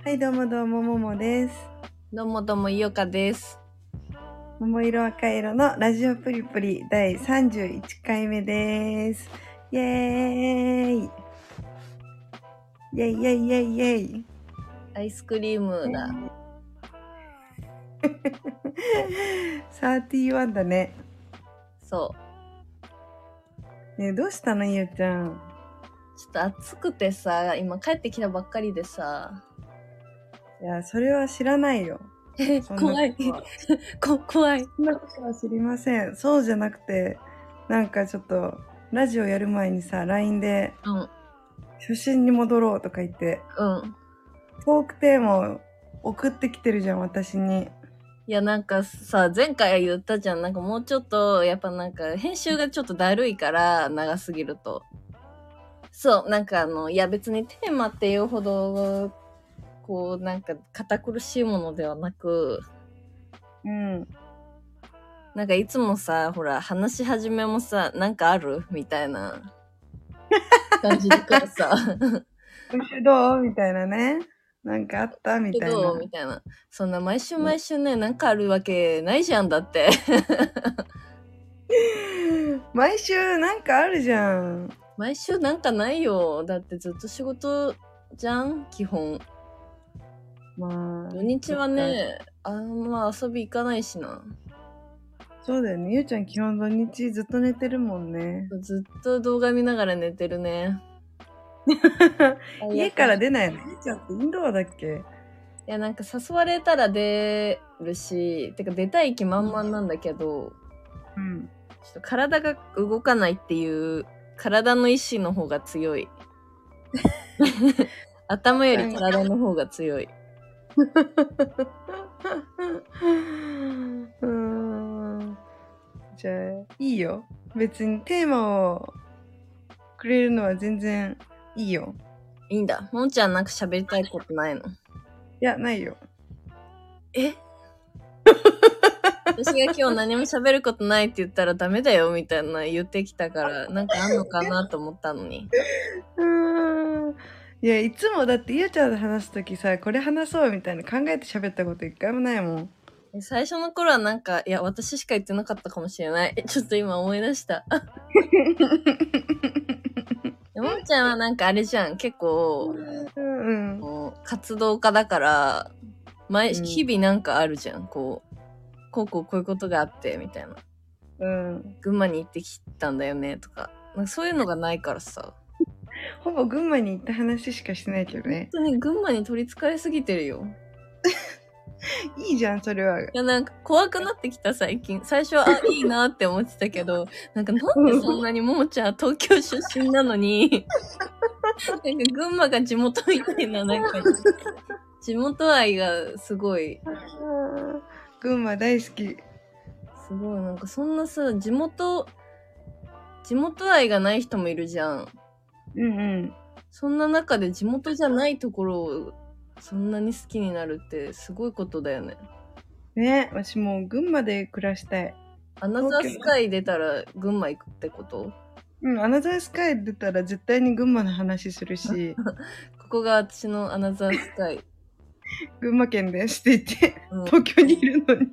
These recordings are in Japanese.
はいどうもどうもももです。 どうもどうもいよかです。 桃色赤色のラジオプリプリ第31回目です。イエーイイエイイエイイエイイエイアイスクリームだ。 31だね。 そねえどうしたのゆうちゃん。 う。ちょっと暑くてさ、今帰ってきたばっかりでさ。 いやそれは知らないよ。そんな怖い。 ことは怖い。 そんなことは知りません。そうじゃなくて、なんかちょっとラジオやる前にさ LINE で初心に戻ろうとか言ってうん。 トークテーマを送ってきてるじゃん私に。 いやなんかさ、前回言ったじゃん。なんかもうちょっと、やっぱなんか編集がちょっとだるいから、長すぎると。そう、なんかいや別にテーマっていうほど、こうなんか堅苦しいものではなく、 うん。 なんかいつもさ、ほら、話し始めもさ、なんかあるみたいな感じだからさ。 今週どうみたいなね。なんかあったみたいな。 みたいな。そんな毎週毎週ね、なんかあるわけないじゃんだって。 毎週なんかあるじゃん。 毎週なんかないよ。だってずっと仕事じゃん基本。 まあ。 土日はね、あんま遊び行かないしな。 そうだよね。ゆうちゃん基本土日ずっと寝てるもんね。 ずっと動画見ながら寝てるね。 家から出ないの。ゆうちゃんってインドアだっけ？ いや、なんか誘われたら出るし、てか出たい気満々なんだけど、 うん。 ちょっと体が動かないっていう体の意志の方が強い。頭より体の方が強い。 じゃあいいよ。別にテーマをくれるのは全然いいよ。 いいんだ。もんちゃんなんか喋りたいことないの？ いや、ないよ。 え私が今日何も喋ることないって言ったらダメだよみたいな言ってきたから、なんかあんのかなと思ったのに。 いや、いつもだってゆうちゃんと話すときさ、これ話そうみたいな考えて喋ったこと一回もないもん。 最初の頃はなんか、いや、私しか言ってなかったかもしれない。ちょっと今思い出した。もんちゃんはなんかあれじゃん、結構、活動家だから、日々なんかあるじゃん、こういうことがあって、みたいな。群馬に行ってきたんだよね、とか。なんかそういうのがないからさ。 ほぼ群馬に行った話しかしてないけどね。 本当に群馬に取り憑かれすぎてるよ。 いいじゃん、それは。 いや、なんか怖くなってきた最近。最初は、いいなって思ってたけど、なんでそんなにももちゃん東京出身なのに、なんか群馬が地元みたいな、なんか、地元愛がすごい。 群馬大好き。 すごい、なんかそんなさ、地元愛がない人もいるじゃん。そんな中で地元じゃないところをそんなに好きになるってすごいことだよね。 ね、私もう群馬で暮らしたい。 アナザースカイ出たら群馬行くってこと？ アナザースカイ出たら絶対に群馬の話するし。 ここが私のアナザースカイ。 群馬県ですって言って、東京にいるのに。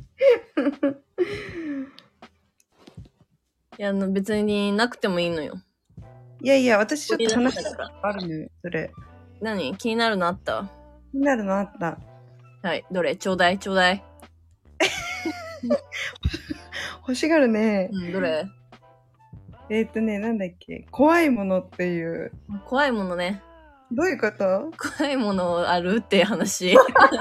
いや、別になくてもいいのよ。 いやいや、私ちょっと話したことあるのよ、それ。 何？気になるのあった？ 気になるのあった。 はい、どれ？ちょうだい。 欲しがるね。 どれ？ なんだっけ。怖いものっていう。 怖いものね。 どういうこと？ 怖いものあるって話。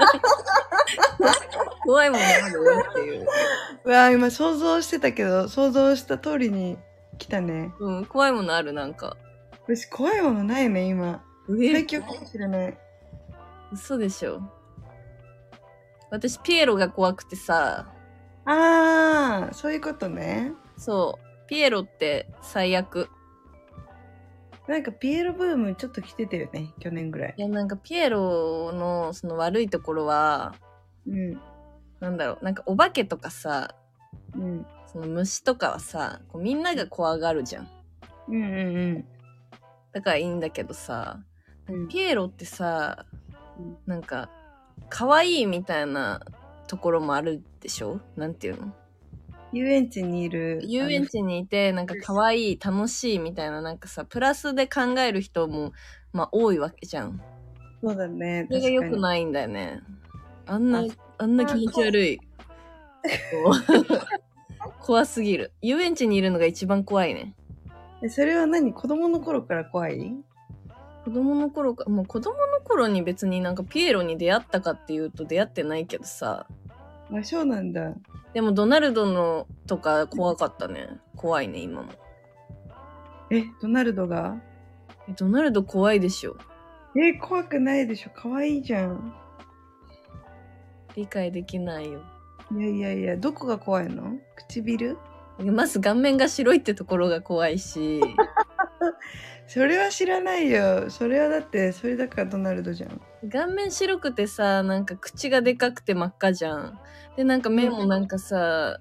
怖いものあるっていう。 うわぁ、今想像してたけど、想像した通りに来たね。 怖いものあるなんか。 私怖いものないね、今。最強かもしれない。 嘘でしょ。私ピエロが怖くてさ。 あー、そういうことね。 そう。ピエロって最悪。 なんかピエロブームちょっと来てたよね、去年ぐらい。 いや、なんかピエロのその悪いところは、なんだろう、なんかお化けとかさ、その虫とかはさ、こうみんなが怖がるじゃん。だからいいんだけどさ、ピエロってさ、 なんか、可愛いみたいなところもあるでしょ？なんていうの？ 遊園地にいる。 遊園地にいて、なんか可愛い、楽しいみたいな、なんかさ、プラスで考える人も、まあ多いわけじゃん。 そうだね。 それが良くないんだよね。あんな気持ち悪い。怖すぎる。遊園地にいるのが一番怖いね。 それは何？子供の頃から怖い？ 子供の頃か、もう子供の頃に別になんかピエロに出会ったかっていうと出会ってないけどさ。 あ、そうなんだ。 でもドナルドのとか怖かったね。怖いね、今も。 ドナルドが？ ドナルド怖いでしょ。 怖くないでしょ。可愛いじゃん。 理解できないよ。 いや、どこが怖いの？唇？ まず顔面が白いってところが怖いし。 それは知らないよ。それはだって、それだからドナルドじゃん。 顔面白くてさ、なんか口がでかくて真っ赤じゃん。で、なんか目もなんかさ、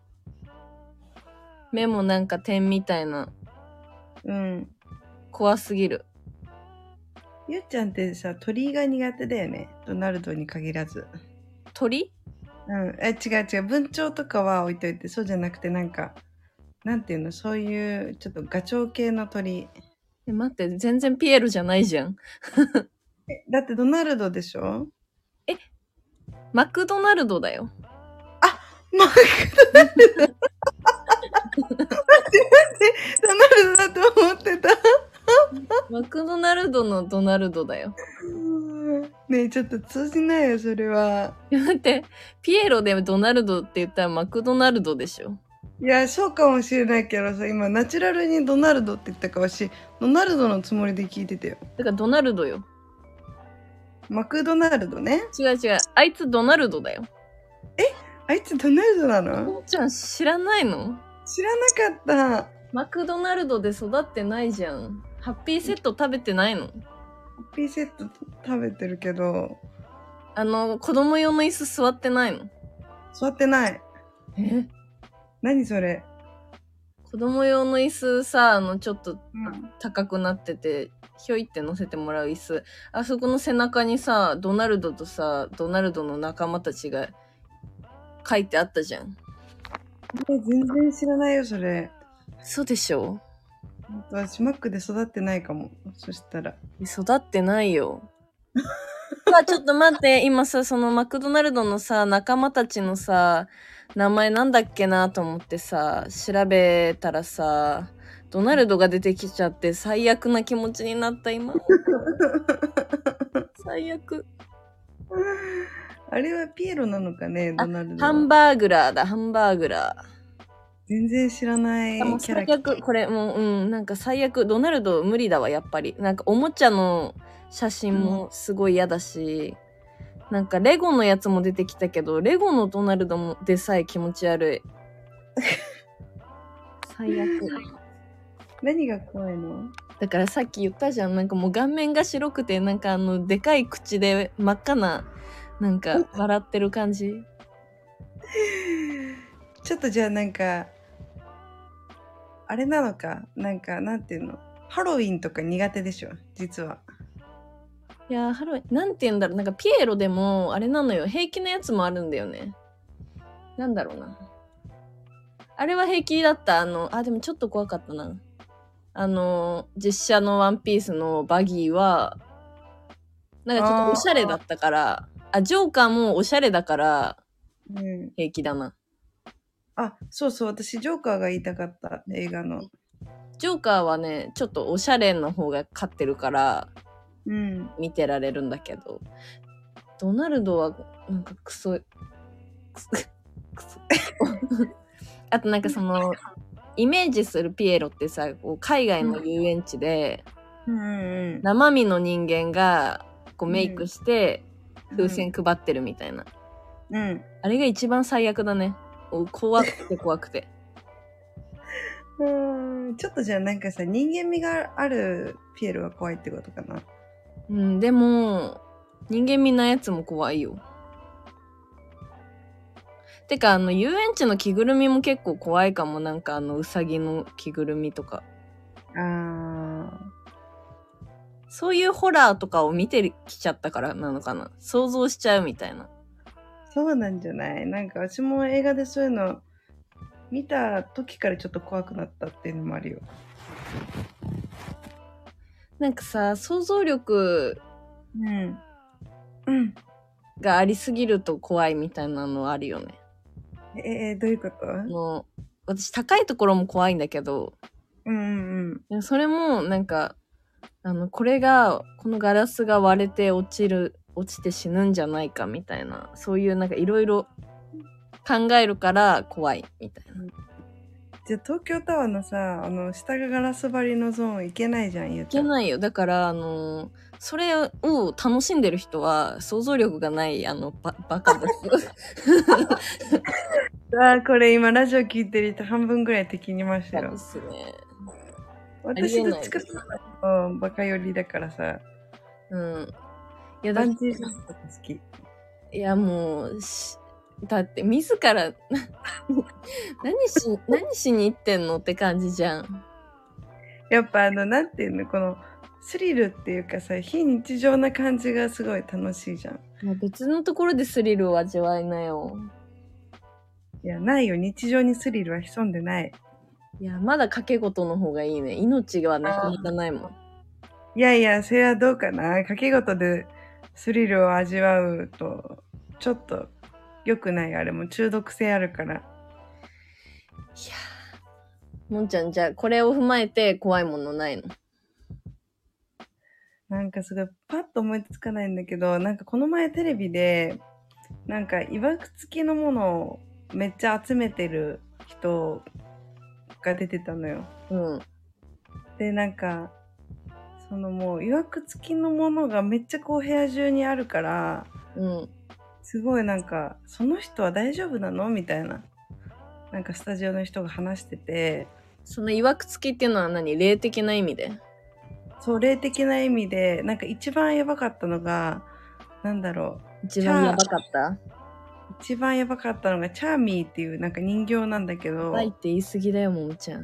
目もなんか点みたいな。 うん。 怖すぎる。 ゆっちゃんってさ、鳥が苦手だよね。ドナルドに限らず。 鳥？ うん。違う。文鳥とかは置いといて、そうじゃなくてなんか、なんていうの、そういうちょっとガチョウ系の鳥。 待って、全然ピエロじゃないじゃん。 だってドナルドでしょ？ マクドナルドだよ。 マクドナルド待って、ドナルドだと思ってた。 マクドナルドのドナルドだよ。 ねえ、ちょっと通じないよ、それは。 待って、ピエロでドナルドって言ったらマクドナルドでしょ。 いや、そうかもしれないけどさ、今ナチュラルにドナルドって言ったからし、ドナルドのつもりで聞いてたよ。 だからドナルドよ。 マクドナルドね。 違う。あいつドナルドだよ。 あいつドナルドなの？ こうちゃん知らないの？ 知らなかった。 マクドナルドで育ってないじゃん。ハッピーセット食べてないの？ ハッピーセット食べてるけど、 子供用の椅子座ってないの？ 座ってない。何それ？ 子供用の椅子さ、ちょっと高くなってて、ひょいって乗せてもらう椅子。あそこの背中にさ、ドナルドとさ、ドナルドの仲間たちが書いてあったじゃん。 全然知らないよ、それ。 そうでしょ？ 私、マックで育ってないかも。そしたら。 育ってないよ。ちょっと待って、今さ、そのマクドナルドのさ、仲間たちのさ、名前なんだっけなと思ってさ、調べたらさ、ドナルドが出てきちゃって最悪な気持ちになった今。最悪。 あれはピエロなのかね、ドナルド。 ハンバーグラーだ、ハンバーグラー。 全然知らないキャラ。 もう最悪、これもう、なんか最悪、ドナルド無理だわ、やっぱり。なんかおもちゃの写真もすごい嫌だし、なんかレゴのやつも出てきたけど、レゴのドナルドもでさえ気持ち悪い。最悪。 何が怖いの？ だからさっき言ったじゃん、なんかもう顔面が白くて、なんかでかい口で真っ赤な、なんか笑ってる感じ。 ちょっとじゃあなんか、あれなのか、なんか、なんていうの、ハロウィンとか苦手でしょ、実は。 いやー、ハロウィン、なんて言うんだろう、なんかピエロでも、あれなのよ、平気なやつもあるんだよね。なんだろうな。あれは平気だった。でもちょっと怖かったな。実写のワンピースのバギーは、なんかちょっとおしゃれだったから、ジョーカーもおしゃれだから、平気だな。 そう、私、ジョーカーが言いたかった、映画の。 ジョーカーはね、ちょっとおしゃれの方が勝ってるから、見てられるんだけど、ドナルドは、なんかクソ。あとなんかその、イメージするピエロってさ、こう海外の遊園地で、生身の人間がこうメイクして、風船配ってるみたいな。あれが一番最悪だね。怖くて。 ちょっとじゃあなんかさ、人間味があるピエロが怖いってことかな。 でも、人間味なやつも怖いよ。てか、遊園地の着ぐるみも結構怖いかも。なんかうさぎの着ぐるみとか。 そういうホラーとかを見てきちゃったからなのかな。想像しちゃうみたいな。 そうなんじゃない？なんか私も映画でそういうの見た時からちょっと怖くなったっていうのもあるよ。 なんかさ、想像力がありすぎると怖いみたいなのあるよね。 どういうこと？ 私高いところも怖いんだけど、それもなんか、このガラスが割れて落ちて死ぬんじゃないかみたいな、そういうなんかいろいろ考えるから怖いみたいな。 じゃあ東京タワーのさ、下がガラス張りのゾーン行けないじゃん、言うたら。 いけないよ。だから、それを楽しんでる人は想像力がない、バカです。 これ今ラジオ聞いてる人半分ぐらい敵にいましたよ。 ですね。 私どっちかとバカ寄りだからさ。いや、バンジージャンプとか好き。 いや、もう、だって自ら何しに行ってんのって感じじゃん。 やっぱなんていうの、このスリルっていうかさ、非日常な感じがすごい楽しいじゃん。 もう別のところでスリルを味わいなよ。 いや、ないよ。日常にスリルは潜んでない。 いや、まだ賭け事の方がいいね。命はなかなかないもん。 いやいや、それはどうかな。賭け事でスリルを味わうと、ちょっと良くない。あれも中毒性あるから。いやー。もんちゃん、じゃあこれを踏まえて怖いものないの？ なんかすごいパッと思いつかないんだけど、なんかこの前テレビで、なんか曰く付きのものをめっちゃ集めてる人が出てたのよ。で、なんか、もう曰く付きのものがめっちゃこう部屋中にあるから、すごいなんか、その人は大丈夫なのみたいな。なんかスタジオの人が話してて。 その曰く付きっていうのは何？霊的な意味で？ そう、霊的な意味で、なんか一番やばかったのが、なんだろう。一番やばかった？ 一番やばかったのが、チャーミーっていうなんか人形なんだけど。 やばいって言い過ぎだよ、ももちゃん。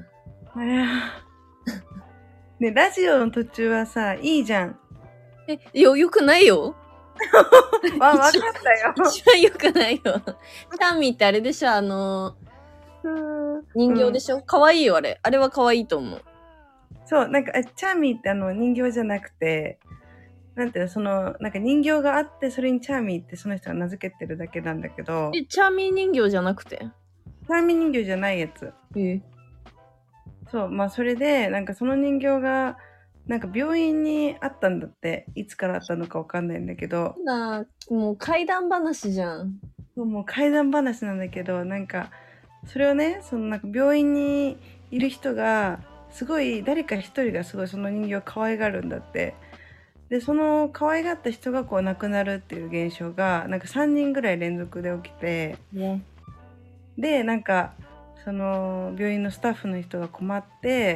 ね、ラジオの途中はさ、いいじゃん。 よくないよ。 わかったよ。 一番よくないよ。チャーミーってあれでしょ、人形でしょ？可愛いよ、あれ。あれは可愛いと思う。 そう、なんか、チャーミーって人形じゃなくて、なんていうの、なんか人形があって、それにチャーミーってその人が名付けてるだけなんだけど。 チャーミー人形じゃなくて？ チャーミー人形じゃないやつ。そう、まあそれで、なんかその人形が、なんか病院にあったんだって。いつからあったのかわかんないんだけど。 もう怪談話じゃん。 もう怪談話なんだけど、なんか、それをね、なんか病院にいる人が、すごい、誰か一人がすごいその人形を可愛がるんだって。で、その可愛がった人がこう亡くなるっていう現象が、なんか3人ぐらい連続で起きて、で、なんか、その病院のスタッフの人が困って、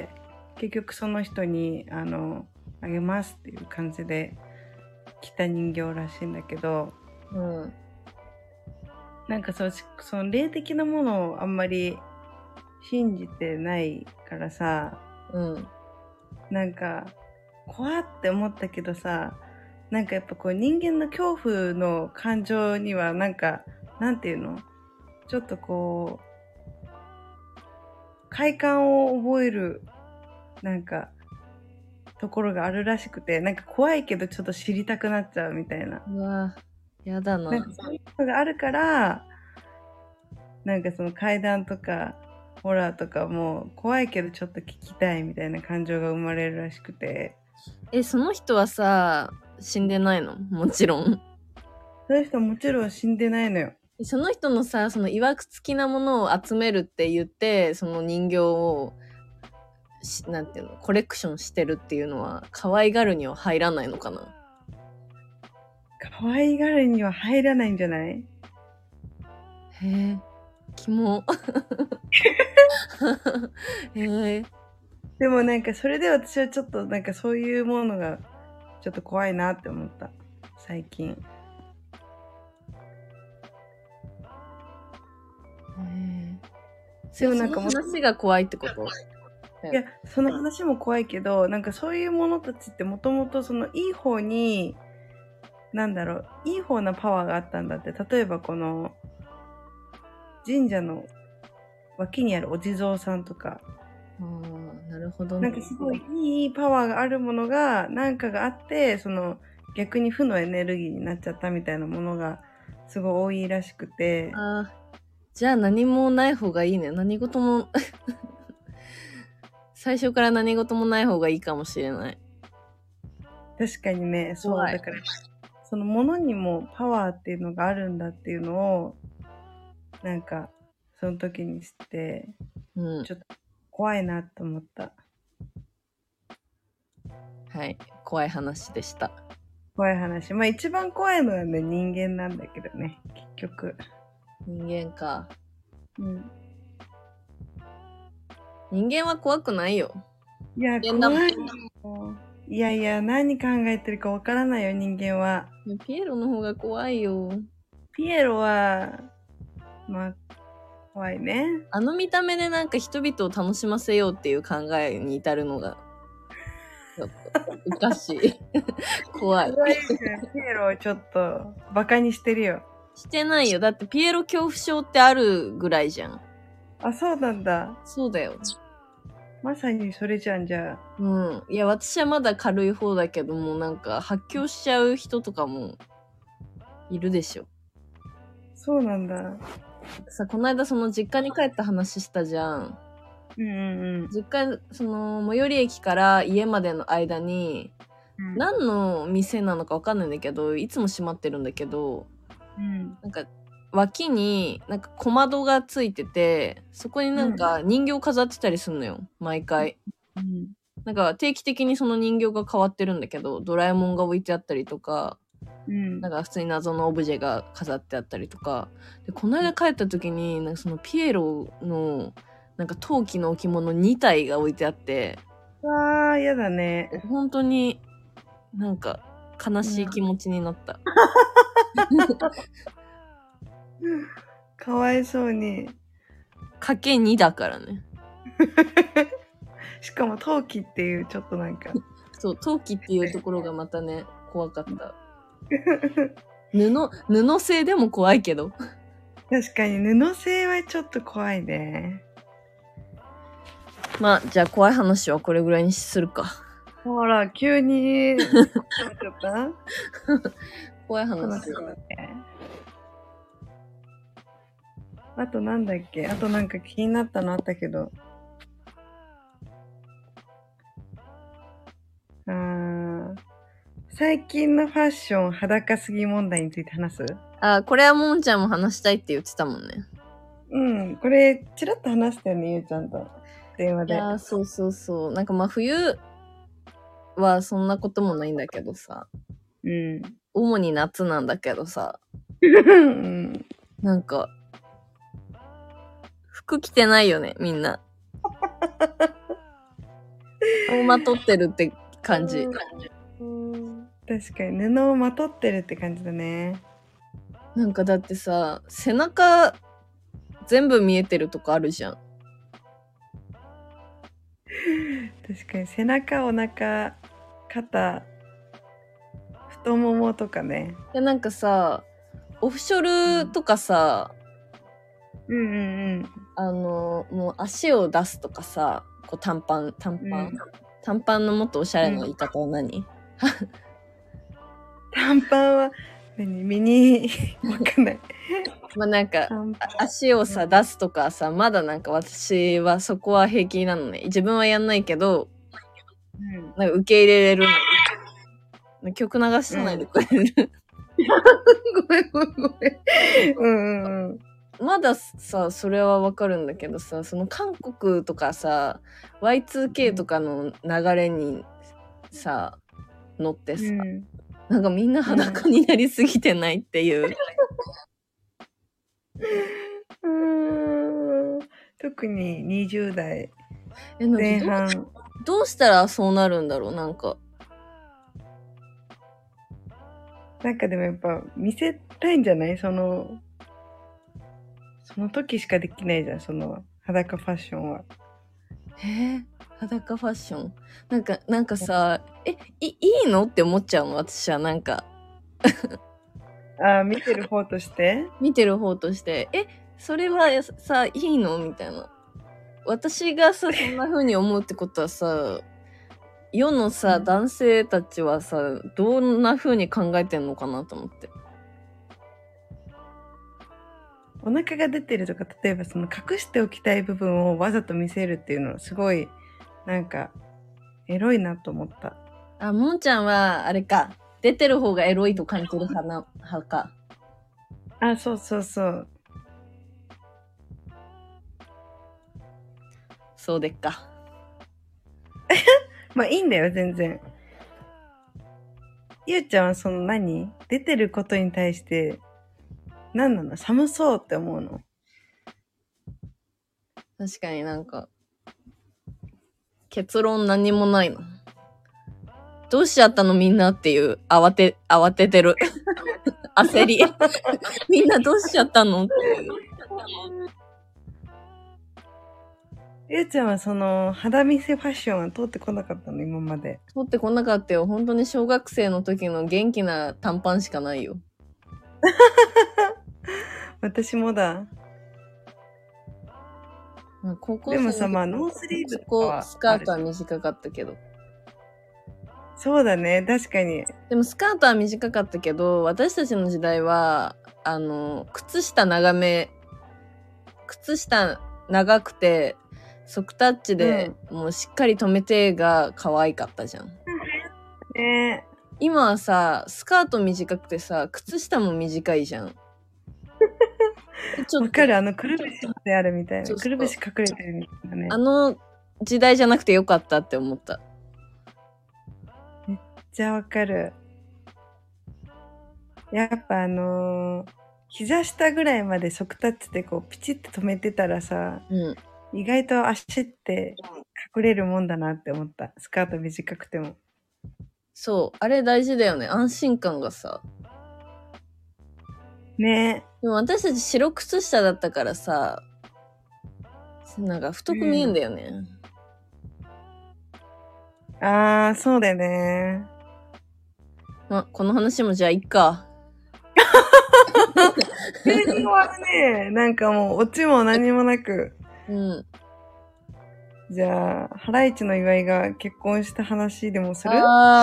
結局その人に、あげますっていう感じで来た人形らしいんだけど、なんかその霊的なものをあんまり信じてないからさ、なんか怖って思ったけどさ、なんかやっぱこう人間の恐怖の感情にはなんか、なんていうの？ちょっとこう、快感を覚える、なんか、ところがあるらしくて、なんか怖いけどちょっと知りたくなっちゃうみたいな。 うわ、やだな。 なんかそういうことがあるから、なんかその怪談とか、ホラーとかも怖いけどちょっと聞きたいみたいな感情が生まれるらしくて。 その人はさ、死んでないの？もちろん。 そういう人はもちろん死んでないのよ。 その人のさ、その曰く付きなものを集めるって言って、その人形を、なんていうの、コレクションしてるっていうのは、可愛がるには入らないのかな？ 可愛がるには入らないんじゃない？ へえ、キモ。 でもなんかそれで私はちょっとなんかそういうものがちょっと怖いなって思った。最近。 でもなんか話が怖いってこと？ いや、その話も怖いけど、なんかそういうものたちってもともとそのいい方に、なんだろう、いい方なパワーがあったんだって。例えばこの神社の脇にあるお地蔵さんとか、 なるほどなんかすごいいいパワーがあるものが、なんかがあって、その逆に負のエネルギーになっちゃったみたいなものがすごい多いらしくて。 じゃあ何もない方がいいね。何事も最初から何事もない方がいいかもしれない。 確かにね、そう、だから、そのものにもパワーっていうのがあるんだっていうのを、なんか、その時に知って、ちょっと怖いなと思った。 はい、怖い話でした。 怖い話。まあ一番怖いのはね、人間なんだけどね、結局。 人間か。 うん。 人間は怖くないよ。 いや、怖い。いやいや、何考えてるかわからないよ、人間は。 ピエロの方が怖いよ。 ピエロは、まあ、怖いね。 あの見た目でなんか人々を楽しませようっていう考えに至るのが、ちょっと、おかしい。怖い。 ピエロをちょっと、バカにしてるよ。 してないよ。だってピエロ恐怖症ってあるぐらいじゃん。 あ、そうなんだ。 そうだよ。 まさにそれじゃん、じゃあ。 いや、私はまだ軽い方だけども、なんか発狂しちゃう人とかもいるでしょ。 そうなんだ。 さ、この間その実家に帰った話したじゃん。実家、その、最寄り駅から家までの間に、何の店なのかわかんないんだけど、いつも閉まってるんだけど、なんか、脇になんか小窓がついてて、そこになんか人形飾ってたりすんのよ、毎回。なんか定期的にその人形が変わってるんだけど、ドラえもんが置いてあったりとか、なんか普通に謎のオブジェが飾ってあったりとか。で、この間帰った時に、なんかそのピエロの、なんか陶器の置物2体が置いてあって。 わー、やだね。 本当になんか悲しい気持ちになった。 かわいそうに。 かけ2だからね。 しかも陶器っていうちょっとなんか。 そう、陶器っていうところがまたね、怖かった。布製でも怖いけど。 確かに布製はちょっと怖いね。 まあ、じゃあ怖い話はこれぐらいにするか。 ほら、急に、ちょっと怖い話。 あとなんだっけ？あとなんか気になったのあったけど。最近のファッション裸すぎ問題について話す？ これはもんちゃんも話したいって言ってたもんね。 これちらっと話したよね、ゆうちゃんと電話で。 いや、そうそうそう。なんかまあ冬はそんなこともないんだけどさ。主に夏なんだけどさ。なんか、服着てないよね、みんな。をまとってるって感じ。 確かに布をまとってるって感じだね。 なんかだってさ、背中全部見えてるとこあるじゃん。 確かに背中、お腹、肩、太ももとかね。 で、なんかさ、オフショルとかさ、もう足を出すとかさ、こう短パンのもっとおしゃれな言い方は何？ 短パンはミニわかんない。 まあなんか足をさ出すとかさ、まだなんか私はそこは平気なのね。自分はやんないけど、なんか受け入れれるの。曲流さないでくれる？ ごめん。 まださ、それはわかるんだけどさ、その韓国とかさ、Y2K とかの流れにさ、乗ってさ、なんかみんな裸になりすぎてないっていう。 特に20代前半。 どうしたらそうなるんだろう、なんか。 なんかでもやっぱ見せたいんじゃない？その時しかできないじゃん、その裸ファッションは。 裸ファッション。なんかさ、いいのって思っちゃうの、私は。なんか。 見てる方として見てる方として、それはさ、いいのみたいな。私がさ、そんな風に思うってことはさ、世のさ、男性たちはさ、どんな風に考えてんのかなと思って。 お腹が出てるとか、例えばその隠しておきたい部分をわざと見せるっていうのはすごい、なんか、エロいなと思った。 あ、もんちゃんは、あれか、出てる方がエロいと感じる派か。 あ、そうそうそう。 そうでっか。 まあいいんだよ、全然。ゆうちゃんはその何出てることに対して、何なの寒そうって思うの？ 確かになんか、結論何もないの。どうしちゃったのみんなっていう、慌ててる。焦り。みんなどうしちゃったのっていう。 ゆうちゃんはその肌見せファッションは通ってこなかったの今まで。 通ってこなかったよ。本当に小学生の時の元気な短パンしかないよ。 私もだ。 高校生でもさ、まあノースリーブとかはスカートは短かったけど。 そうだね、確かに。 でもスカートは短かったけど、私たちの時代は、靴下長くて、ソクタッチで、もうしっかり止めてが可愛かったじゃん。 ねえ。 今はさ、スカート短くてさ、靴下も短いじゃん。 わかる、くるぶしまであるみたいな。 そうそうくるぶし隠れてるみたいなね。 あの時代じゃなくてよかったって思った。 めっちゃわかる。やっぱ膝下ぐらいまでソクタッチでこうピチッと止めてたらさ、意外と足って隠れるもんだなって思った。スカート短くても。 そう、あれ大事だよね。安心感がさ。 ねでも私たち白靴下だったからさ、なんか太く見えんだよね。 そうだよね。 この話もじゃあいっか。 急に終わるね。なんかもうオチも何もなく。じゃあ、ハライチの岩井が結婚した話でもする？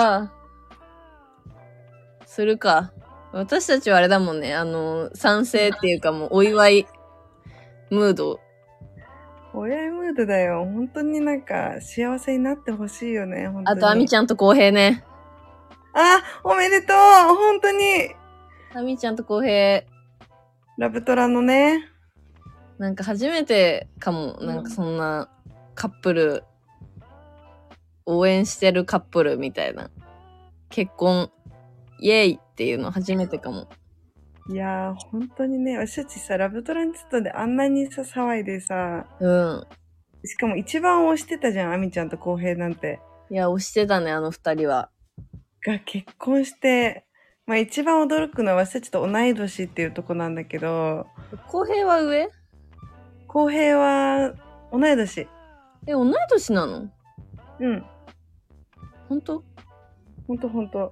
するか。私たちはあれだもんね。賛成っていうかもうお祝いムード。 お祝いムードだよ。本当になんか幸せになってほしいよね。本当に。 あと、アミちゃんと公平ね。 おめでとう本当にアミちゃんと公平。 ラブトラのね。 なんか初めてかも。なんかそんなカップル、応援してるカップルみたいな。結婚、イエーイっていうの初めてかも。 いやー、本当にね、私たちさ、ラブトランジットであんなにさ、騒いでさ、しかも一番推してたじゃん、アミちゃんとコウヘイなんて。 いや、推してたね、あの二人は。 が結婚して、まあ一番驚くのは私たちと同い年っていうとこなんだけど。 コウヘイは上？ コウヘイは同い年。 同い年なの？ うん。 ほんと？ ほんと。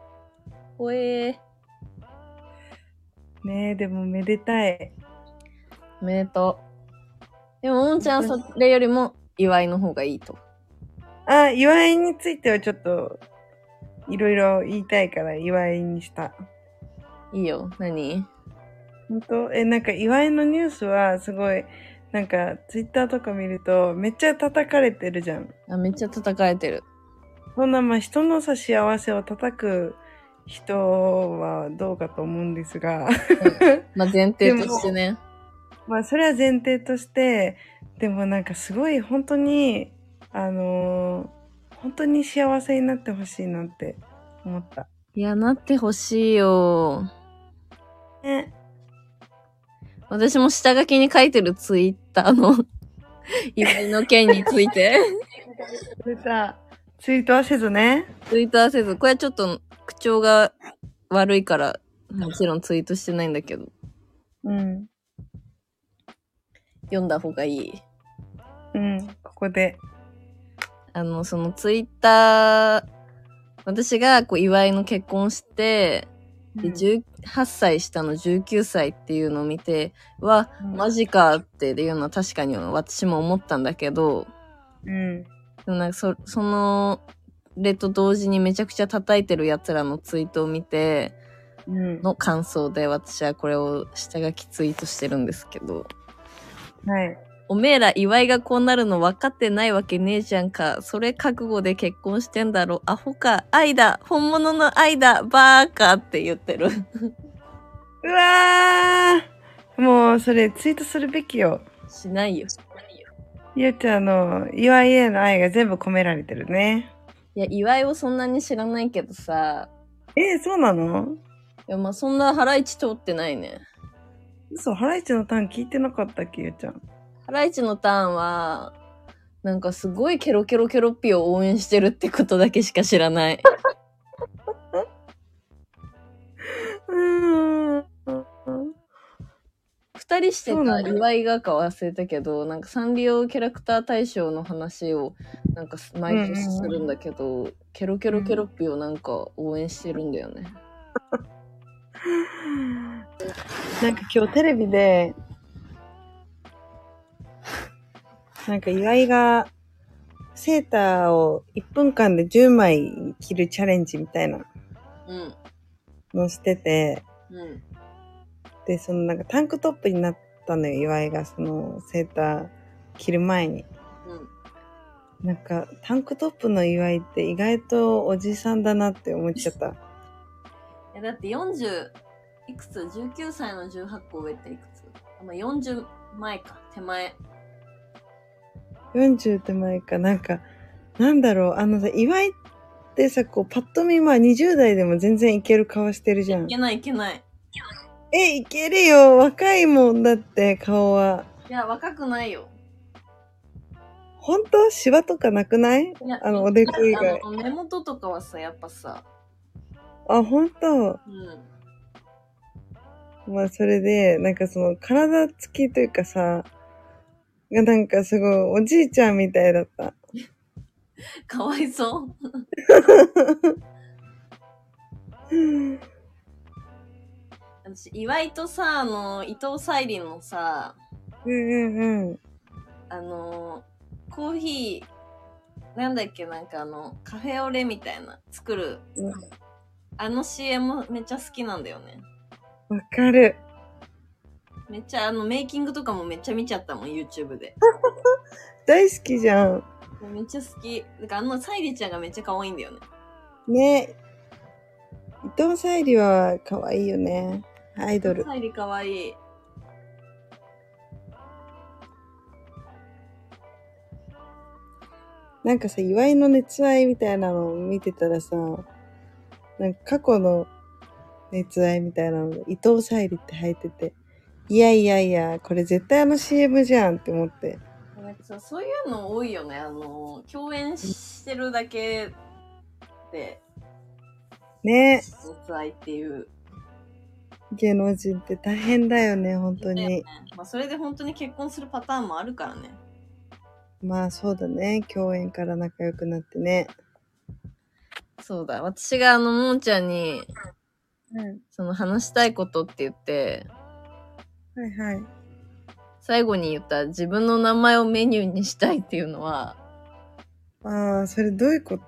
ねえ、でもめでたい。 おめでとう。でも、もんちゃんはそれよりも祝いの方がいいと。 祝いについてはちょっと、いろいろ言いたいから祝いにした。 いいよ。何？ ほんと？なんか祝いのニュースはすごい、なんかツイッターとか見るとめっちゃ叩かれてるじゃん。 めっちゃ叩かれてる。 そんな人のさ、幸せを叩く人はどうかと思うんですが。 前提としてね。 それは前提として、でもなんかすごい本当に、本当に幸せになってほしいなって思った。 いや、なってほしいよ。 ね。 私も下書きに書いてるツイッターの祝いの件について。 ツイートはせずね。 ツイートはせず。これはちょっと口調が悪いから、もちろんツイートしてないんだけど。読んだ方がいい。 ここで。 そのツイッター、私がこう岩井の結婚して、で、18歳下の19歳っていうのを見て、マジかっていうのは確かに私も思ったんだけど、でもなんかその、れと同時にめちゃくちゃ叩いてる奴らのツイートを見て、の感想で私はこれを下書きツイートしてるんですけど。 はい。 おめえら岩井がこうなるの分かってないわけねえじゃんか。それ覚悟で結婚してんだろ。アホか。愛だ。本物の愛だ。バーカって言ってる。 うわー、もうそれツイートするべきよ。 しないよ。 ゆうちゃんの岩井への愛が全部込められてるね。 いや、岩井をそんなに知らないけどさ。 そうなの？ いや、まあそんなハライチ通ってないね。 嘘、ハライチのターン聞いてなかったっけ、ゆうちゃん。 ハライチのターンは、なんかすごいケロケロケロッピを応援してるってことだけしか知らない。二人してた岩井がか忘れたけど、なんかサンリオキャラクター大賞の話をなんか毎年するんだけど、ケロケロケロッピをなんか応援してるんだよね。 なんか今日テレビで、なんか岩井がセーターを1分間で10枚着るチャレンジみたいなのしてて、で、そのなんかタンクトップになったのよ、岩井がそのセーター着る前に。なんかタンクトップの岩井って意外とおじさんだなって思っちゃった。 いやだって40いくつ ?19 歳の18個上っていくつ？まあ、40前か、手前。 40手前か、なんか、なんだろう、さ、岩井ってさ、こう、パッと見、まあ20代でも全然いける顔してるじゃん。 いけないいけない。 いけるよ。若いもんだって、顔は。 いや、若くないよ。 本当？シワとかなくない？おでこ以外。 目元とかはさ、やっぱさ。 あ、本当？まあ、それで、なんかその、体つきというかさ、がなんかすごい、おじいちゃんみたいだった。 かわいそう。私、岩井とさ、伊藤沙莉のさ、コーヒー、なんだっけ、なんかカフェオレみたいな、作る、CM めっちゃ好きなんだよね。 わかる。 めっちゃメイキングとかもめっちゃ見ちゃったもん、YouTube で。 大好きじゃん。 めっちゃ好き。だから沙莉ちゃんがめっちゃ可愛いんだよね。 ね。伊藤沙莉は可愛いよね。アイドル。 沙莉可愛い。 なんかさ、岩井の熱愛みたいなのを見てたらさ、なんか過去の熱愛みたいなので、伊藤沙莉って入ってて、いやいやいや、これ絶対CM じゃんって思って。 なんかさ、そういうの多いよね。共演してるだけで。 ね。 熱愛っていう。 芸能人って大変だよね、本当に。ね、 まあ、それで本当に結婚するパターンもあるからね。 まあそうだね。共演から仲良くなってね。 そうだ。私がもーちゃんに、その話したいことって言って、 はいはい。 最後に言った自分の名前をメニューにしたいっていうのは、 ああ、それどういうこと？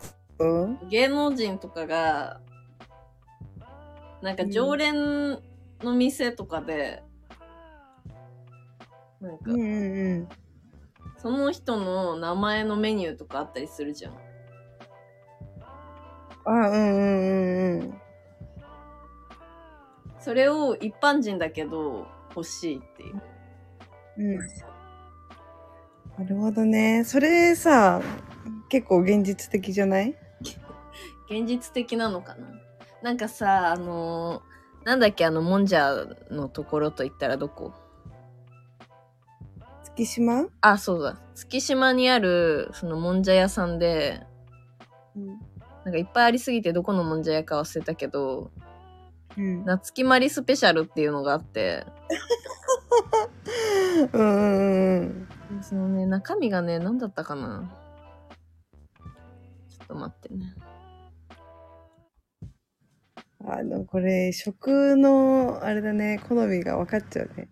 芸能人とかが、なんか常連の店とかで、なんか、その人の名前のメニューとかあったりするじゃん。それを一般人だけど欲しいっていう。 なるほどね。それさ、結構現実的じゃない？ 現実的なのかな。なんかさ、なんだっけ、もんじゃのところと言ったらどこ？ 月島？ あ、そうだ。月島にある、そのもんじゃ屋さんで、なんかいっぱいありすぎてどこのもんじゃ屋か忘れたけど、夏木マリスペシャルっていうのがあって、そのね、中身がね、何だったかな。 ょっと待ってね。 これ、食の、あれだね、好みが分かっちゃうね。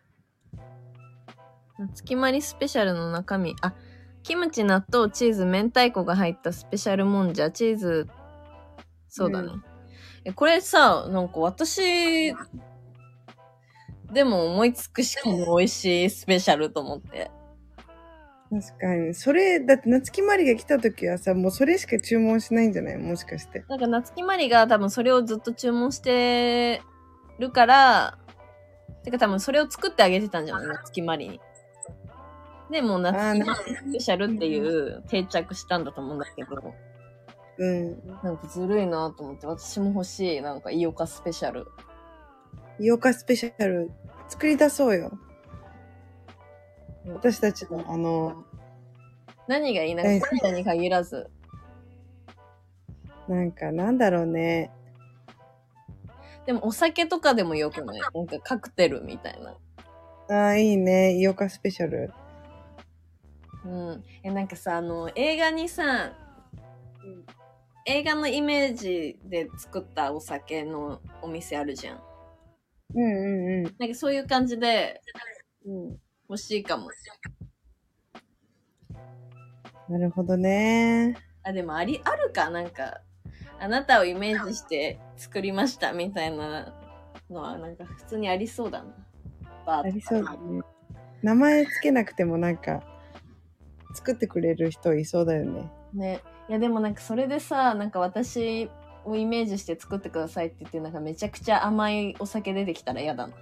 月まりスペシャルの中身。キムチ、納豆、チーズ、明太子が入ったスペシャルもんじゃ、チーズ、そうだね。これさ、なんか私、でも思いつくしかも美味しいスペシャルと思って。 確かに。それ、だって夏木マリが来た時はさ、もうそれしか注文しないんじゃない？もしかして。 なんか夏木マリが多分それをずっと注文してるから、てか多分それを作ってあげてたんじゃない？夏木マリに。で、もう夏木マリスペシャルっていう定着したんだと思うんだけど。 うん。 なんかずるいなと思って、私も欲しい。なんかイオカスペシャル。 イオカスペシャル、作り出そうよ。私たちの何がいい？なんか、パンに限らず。 なんか、なんだろうね。 でも、お酒とかでもよくない？なんか、カクテルみたいな。 いいね。イオカスペシャル。 うん。なんかさ、映画にさ、映画のイメージで作ったお酒のお店あるじゃん。なんか、そういう感じで、欲しいかも。 なるほどね。 でもあるかなんか、あなたをイメージして作りましたみたいなのはなんか普通にありそうだな。 ありそうだね。名前つけなくてもなんか、作ってくれる人いそうだよね。 ね。いやでもなんかそれでさ、なんか私をイメージして作ってくださいって言ってなんかめちゃくちゃ甘いお酒出てきたら嫌だな。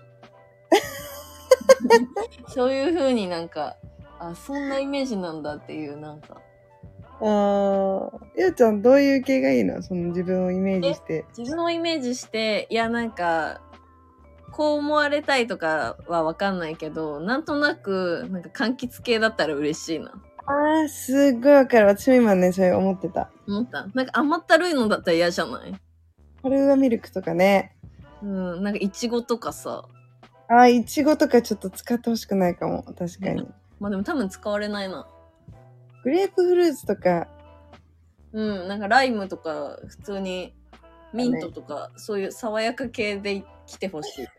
そういう風になんか、そんなイメージなんだっていうなんか。 ゆうちゃんどういう系がいいの？その自分をイメージして。 自分をイメージして、いやなんか、こう思われたいとかはわかんないけど、なんとなく、なんか柑橘系だったら嬉しいな。 すっごいわかる。私も今ね、それ思ってた。 思った？なんか甘ったるいのだったら嫌じゃない？ カルーアミルクとかね。 なんかイチゴとかさ。 イチゴとかちょっと使ってほしくないかも。確かに。 まあでも多分使われないな。 グレープフルーツとか。 なんかライムとか、普通にミントとか、そういう爽やか系で来てほしい。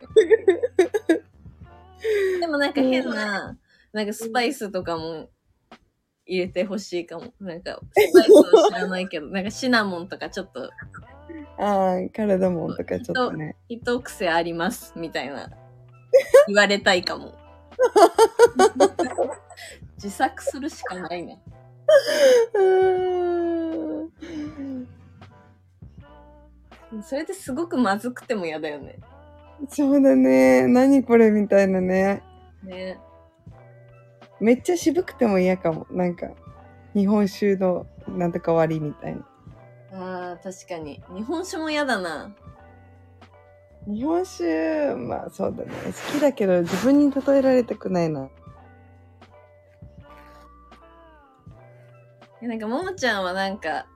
でもなんか変な、なんかスパイスとかも入れてほしいかも。なんか、スパイスを知らないけど、なんかシナモンとかちょっと。 カルダモンとかちょっとね。 一癖あります、みたいな。言われたいかも。自作するしかないね。それですごくまずくても嫌だよね。 そうだね。何これみたいなね。 ね。 めっちゃ渋くても嫌かも。なんか、日本酒のなんとか割りみたいな。 確かに。日本酒も嫌だな。 日本酒、まあそうだね。好きだけど自分に例えられたくないな。 なんか、ももちゃんはなんか、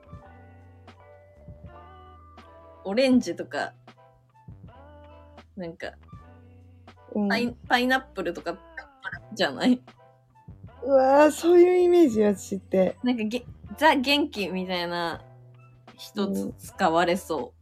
オレンジとか、なんか、パイナップルとかじゃない？ うわぁ、そういうイメージ私って。 なんかザ元気みたいな一つ使われそう。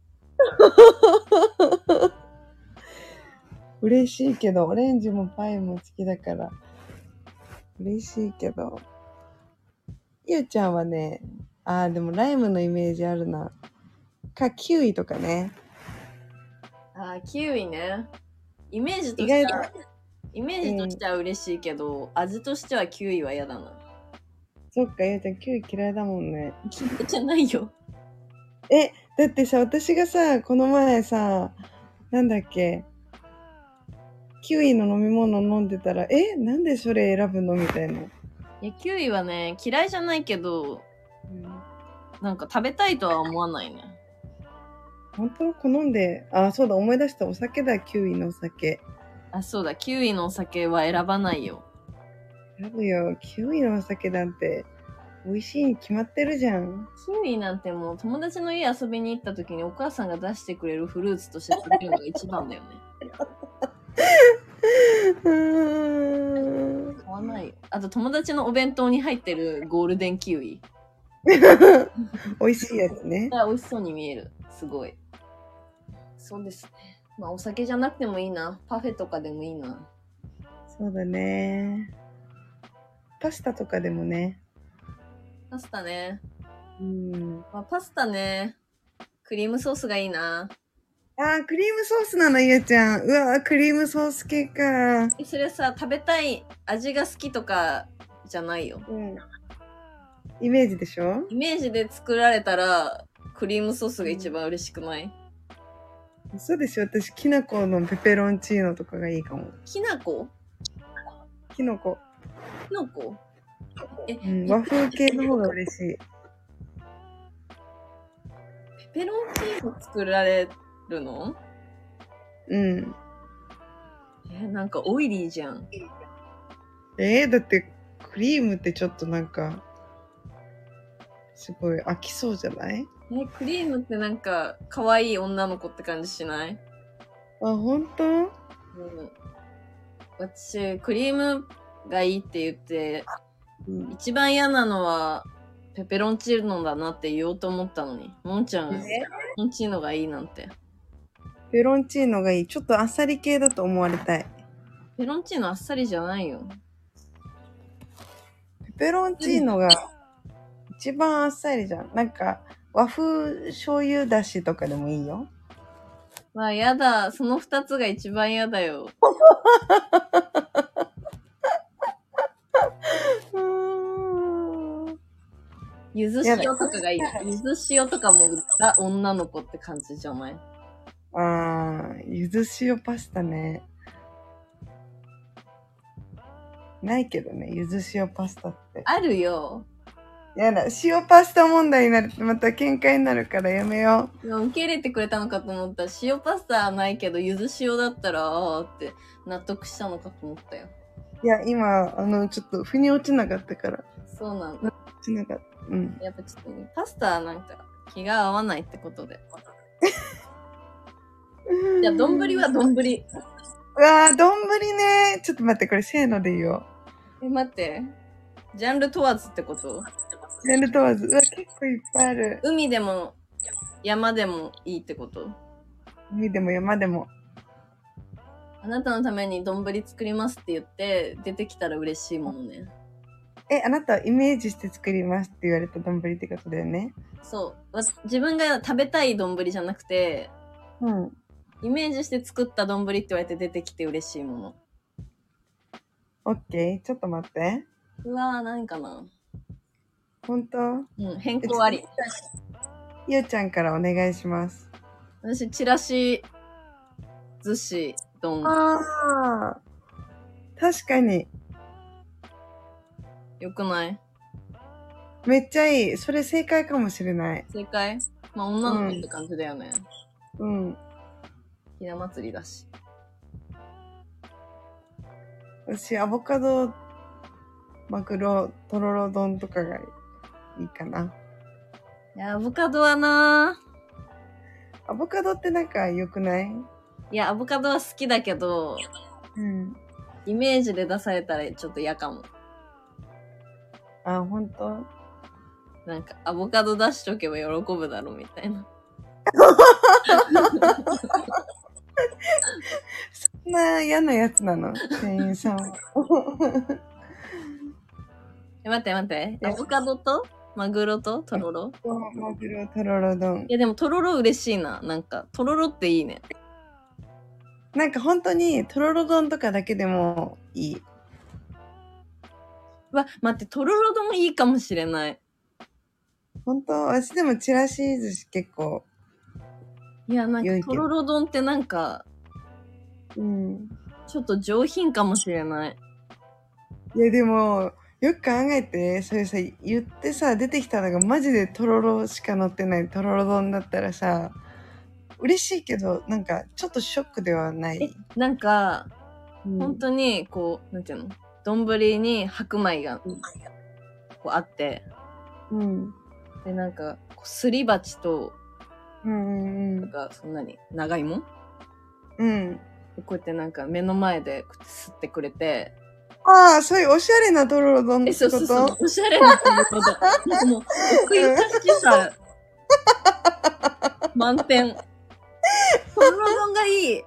嬉しいけど、オレンジもパイも好きだから、嬉しいけど。ゆうちゃんはね、でもライムのイメージあるな。キウイとかね。 キウイね。イメージとしては嬉しいけど、味としてはキウイは嫌だな。 そっか、ゆうちゃんキウイ嫌いだもんね。 嫌いじゃないよ。 だってさ、私がさ、この前さ、なんだっけ、キウイの飲み物飲んでたら、なんでそれ選ぶのみたいな。 いや、キウイはね、嫌いじゃないけど、なんか食べたいとは思わないね。 本当？好んで、そうだ、思い出した。お酒だ、キウイのお酒。 そうだ、キウイのお酒は選ばないよ。 選ぶよ。キウイのお酒なんて、美味しいに決まってるじゃん。 キウイなんてもう友達の家遊びに行った時にお母さんが出してくれるフルーツとして食べるのが一番だよね。買わないよ。あと友達のお弁当に入ってるゴールデンキウイ。 美味しいやつね。 美味しそうに見える。すごい。そうですね。まあお酒じゃなくてもいいな。パフェとかでもいいな。 そうだね。パスタとかでもね。 パスタね。 うん。 まあ、パスタね。クリームソースがいいな。 クリームソースなの、ゆうちゃん。うわクリームソース系か。 それさ、食べたい味が好きとかじゃないよ。 うん。イメージでしょ？ イメージで作られたら、クリームソースが一番嬉しくない？ そうでしょ？私、きな粉のペペロンチーノとかがいいかも。 きなこ？ きのこ。 きのこ？ 和風系の方が嬉しい。 ペペロンチーノ作られるの？ うん。 なんかオイリーじゃん。 だってクリームってちょっとなんかすごい飽きそうじゃない？ クリームってなんか可愛い女の子って感じしない？ 本当？ うん。私、クリームがいいって言って、一番嫌なのはペペロンチーノだなって言おうと思ったのに、もんちゃん、ペペロンチーノがいいなんて。 ペペロンチーノがいい。ちょっとあっさり系だと思われたい。 ペペロンチーノあっさりじゃないよ。 ペペロンチーノが一番あっさりじゃん。なんか和風醤油だしとかでもいいよ。 まあやだ。その二つが一番嫌だよ。ゆず塩とかがいい。ゆず塩とかも女の子って感じじゃない？ ゆず塩パスタね。ないけどね、ゆず塩パスタって。 あるよ。 やだ、塩パスタ問題になるとまた喧嘩になるからやめよう。受け入れてくれたのかと思ったら、塩パスタはないけど、ゆず塩だったら、って納得したのかと思ったよ。 いや、今、ちょっと腑に落ちなかったから。 そうなんだ。 落ちなかった。うん。 やっぱちょっとね、パスタはなんか気が合わないってことで。じゃあ、丼は丼。 うわぁ、丼ね。ちょっと待って、これせーので言おう。 待って。ジャンル問わずってこと？ ジャンル問わず。うわ、結構いっぱいある。 海でも山でもいいってこと？ 海でも山でも。 あなたのために丼作りますって言って出てきたら嬉しいものね。 あなたはイメージして作りますって言われた丼ってことだよね。 そう。自分が食べたい丼じゃなくて、 うん。 イメージして作った丼って言われて出てきて嬉しいもの。 オッケー。ちょっと待って。 うわぁ、何かな。 本当？ うん、変更あり。 ゆうちゃんからお願いします。 私、ちらし寿司丼。 確かに。 よくない？ めっちゃいい。それ正解かもしれない。 正解？まあ、女の子って感じだよね。 うん。 ひな祭りだし。 私、アボカド、マグロ、とろろ丼とかがいいかな。 いや、アボカドはなアボカドってなんか良くない？ いや、アボカドは好きだけど、 うん。 イメージで出されたらちょっと嫌かも。 ほんと？ なんか、アボカド出しとけば喜ぶだろ、みたいな。 そんな嫌なやつなの？店員さん。 待って。アボカドとマグロととろろ？ マグロ、とろろ丼。 いや、でもとろろ嬉しいな。なんか、とろろっていいね。 なんか本当に、とろろ丼とかだけでもいい。 待って、とろろ丼いいかもしれない。 本当？私でもちらし寿司結構。 いや、なんか、とろろ丼ってなんか、 うん。 ちょっと上品かもしれない。 いや、でも、よく考えて、それさ、言ってさ、出てきたのがマジでとろろしか乗ってないとろろ丼だったらさ、嬉しいけど、なんか、ちょっとショックではない。 なんか、本当に、こう、なんていうの？丼に白米が、こうあって、 うん。 で、なんか、すり鉢と、 なんか、そんなに、長芋？ うん。 でこうやってなんか目の前でこうやって吸ってくれて、 ああ、そういうおしゃれなとろろ丼ってそうこと？ そうそう。おしゃれなとろろ丼。なんかもう、奥ゆかしさ、満点。とろろ丼がいい。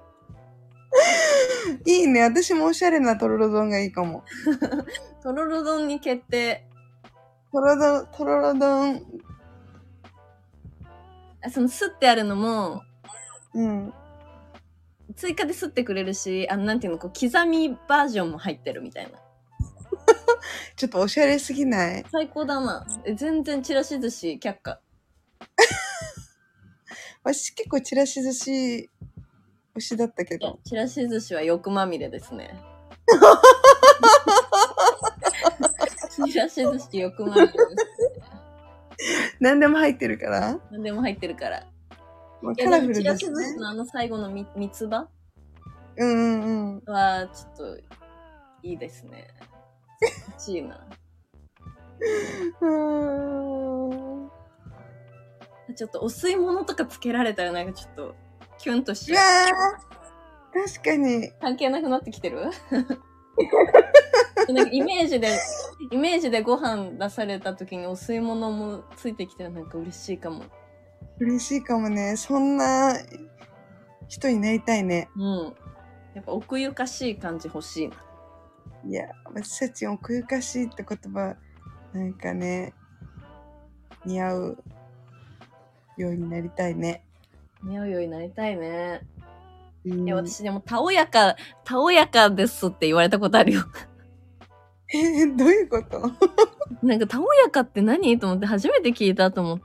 いいね。私もおしゃれなとろろ丼がいいかも。 とろろ丼に決定。 とろろ丼。 その、すってあるのも、 うん。 追加ですってくれるし、なんていうの、こう、刻みバージョンも入ってるみたいな。 ちょっとおしゃれすぎない？ 最高だな。全然ちらし寿司却下。 私結構ちらし寿司推しだったけど。 ちらし寿司は欲まみれですね。ちらし寿司欲まみれです、ね。 何でも入ってるから？ 何でも入ってるから。 まあ、カラフルですね。 ちらし寿司の最後の三つ葉うん。 は、ちょっと、いいですね。欲しいな。ちょっとお吸い物とかつけられたらなんかちょっとキュンとしちゃう。確かに。 関係なくなってきてるなんかイメージでご飯出された時にお吸い物もついてきたらなんか嬉しいかも。 嬉しいかもね。そんな人になりたいね。 うん。やっぱ奥ゆかしい感じ欲しいな。 いや、私たち奥ゆかしいって言葉、なんかね、似合うようになりたいね。 似合うようになりたいね。 いや、私でもたおやかですって言われたことあるよ。 どういうこと？ なんかたおやかって何と思って初めて聞いたと思って。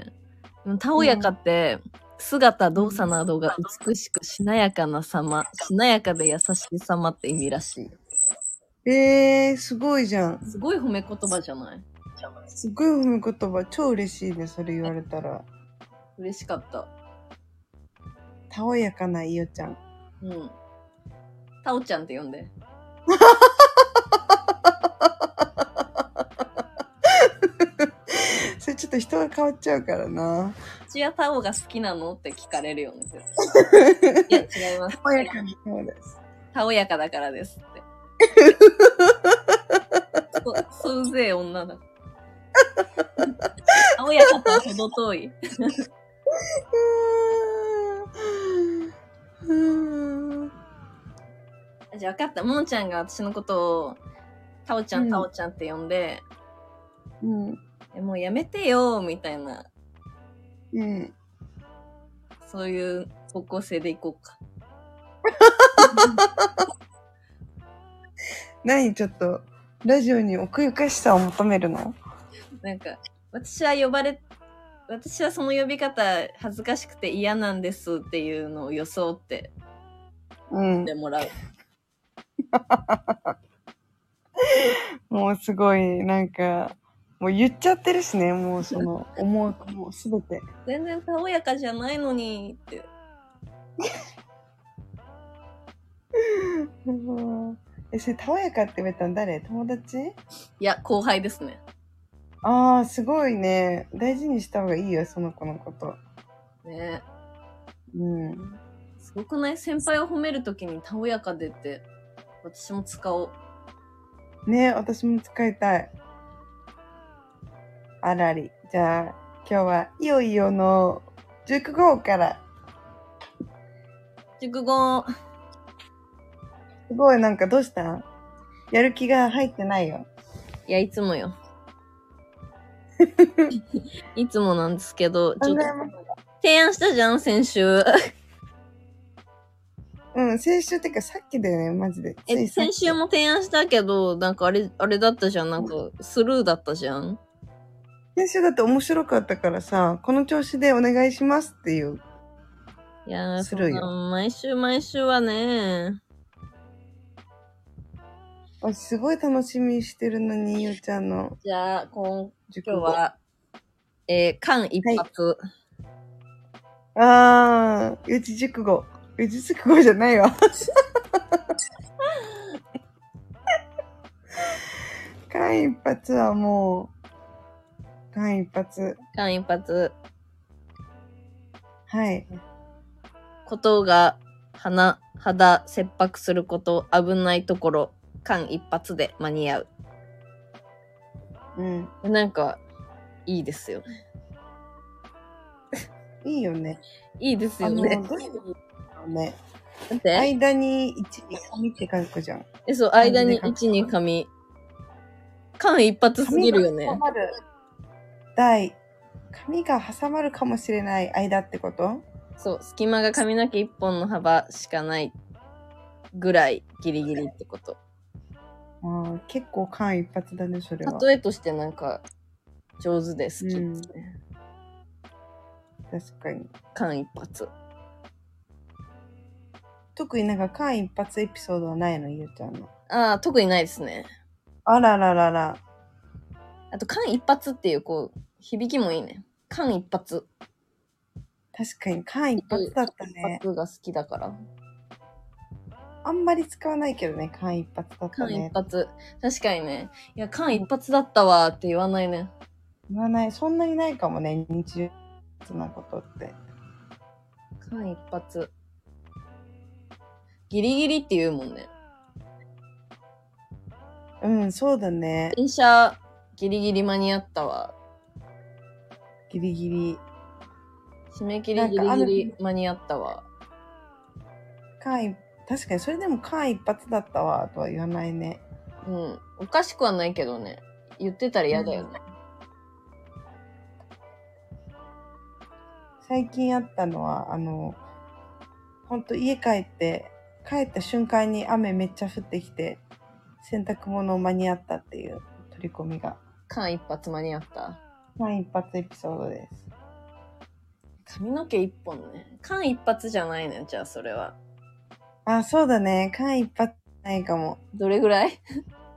たおやかって、姿、動作などが美しくしなやかな様、しなやかで優しい様って意味らしい。 すごいじゃん。 すごい褒め言葉じゃない？ すごい褒め言葉、超嬉しいね、それ言われたら。 嬉しかった。 たおやかないよちゃん。 うん。たおちゃんって呼んで。 それちょっと人が変わっちゃうからな。 ちやたおが好きなのって聞かれるよね。いや、違います。 たおやかなそうです。 たおやかだからですって。そううぜえ女だ。たおやかとは程遠い。じゃあ分かった。ももちゃんが私のことをたおちゃん、たおちゃんって呼んで、もうやめてよみたいな、そういう方向性でいこうか。 何ちょっとラジオに奥ゆかしさを求めるの？ なんか私はその呼び方恥ずかしくて嫌なんですっていうのを装ってでもらう。 もうすごいなんかもう言っちゃってるしね、もうその思うもうすべて。 全然たおやかじゃないのにって。 それたおやかって言われたの誰？友達？ いや、後輩ですね。 ああ、すごいね。大事にした方がいいよ、その子のこと。 ね。すごくない？先輩を褒めるときにたおやかでって、私も使おう。ね、私も使いたい。あらり。じゃあ、今日はいよいよの熟語から。 熟語。 すごいなんかどうした？やる気が入ってないよ。 いや、いつもよ。いつもなんですけど、ちょっと提案したじゃん、先週。 先週ってかさっきだよね、マジで。 先週も提案したけど、なんかあれだったじゃん、なんかスルーだったじゃん。 先週だって面白かったからさ、この調子でお願いしますっていう。 いやー、するよ。毎週はね。 すごい楽しみにしてるのに、ゆうちゃんの。 じゃあ、今日は、間一髪。 はい、四字熟語。四字熟語じゃないわ。間一髪はもう、間一髪。 間一髪。 はい。 ことが、肌、切迫すること、危ないところ、 間一髪で間に合う。 うん。 なんか、いいですよね。 いいよね。 いいですよね。 どういうのね。 だって間に1に紙って書くじゃん。 そう、間に1に紙。間一髪すぎるよね。 紙が挟まるかもしれない間ってこと？ そう、隙間が髪の毛1本の幅しかないぐらいギリギリってこと。 結構間一髪だね、それは。 例えとしてなんか上手で好きですね。 確かに。 間一髪。 特になんか間一髪エピソードはないの、ゆうちゃんの。 特にないですね。 あらららら。 あと間一髪っていうこう響きもいいね。間一髪。 確かに間一髪だったね。 一発が好きだから。 あんまり使わないけどね、間一髪だったね。 間一髪。確かにね。いや、間一髪だったわって言わないね。 言わない。そんなにないかもね、日常なことって。 間一髪。ギリギリって言うもんね。 うん、そうだね。 電車ギリギリ間に合ったわ。 ギリギリ。 締め切りギリギリ間に合ったわ。 確かにそれでも間一髪だったわとは言わないね。 うん。おかしくはないけどね。言ってたら嫌だよね。 最近あったのは、ほんと家帰った瞬間に雨めっちゃ降ってきて、洗濯物間に合ったっていう取り込みが。 間一髪間に合った。 間一髪エピソードです。 髪の毛一本ね。間一髪じゃないね。じゃあそれは。 そうだね。間一髪ないかも。 どれぐらい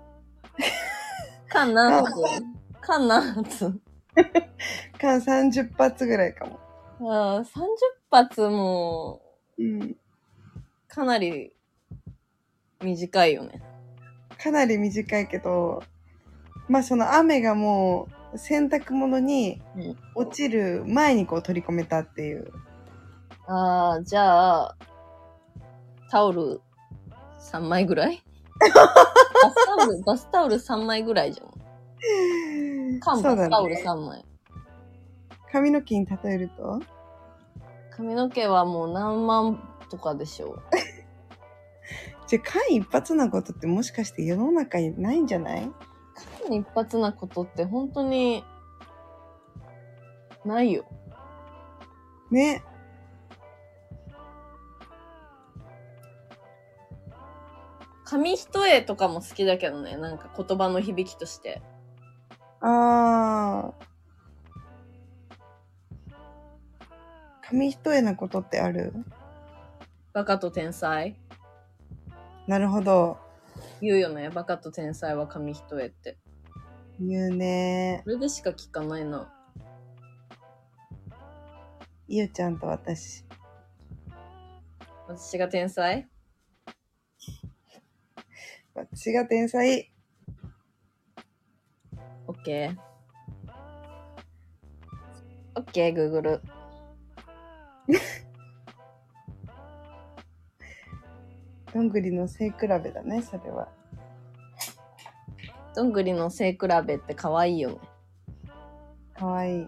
間何発間何発間30発ぐらいかも。 30発も、かなり短いよね。 かなり短いけど、その雨がもう洗濯物に落ちる前にこう取り込めたっていう。 じゃあ、タオル3枚ぐらいバスタオル3枚ぐらいじゃん。バスタオル3枚。 髪の毛に例えると？ 髪の毛はもう何万とかでしょう。 じゃあ間一髪なことってもしかして世の中にないんじゃない？ 間一髪なことって本当にないよ。 ね。 紙一重とかも好きだけどね。なんか言葉の響きとして。 紙一重なことってある？ バカと天才。 なるほど。 言うよね。バカと天才は紙一重って。 言うね。 それでしか聞かないな。 ゆうちゃんと私。 私が天才？ 私が天才。 オッケー。オッケー、Google。 どんぐりの背比べだね、それは。 どんぐりの背比べって可愛いよね。 かわいい。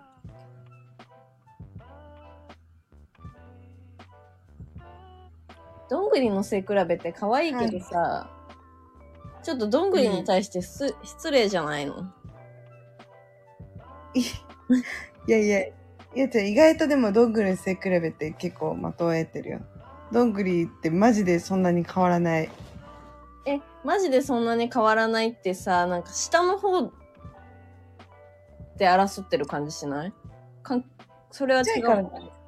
どんぐりの背比べって可愛いけどさ、ちょっとどんぐりに対して失礼じゃないの？ いやいや、ゆうちゃん意外とでもどんぐりの背比べって結構的を得てるよ。どんぐりってマジでそんなに変わらない。 マジでそんなに変わらないってさ、なんか下の方で争ってる感じしない？それは違うから。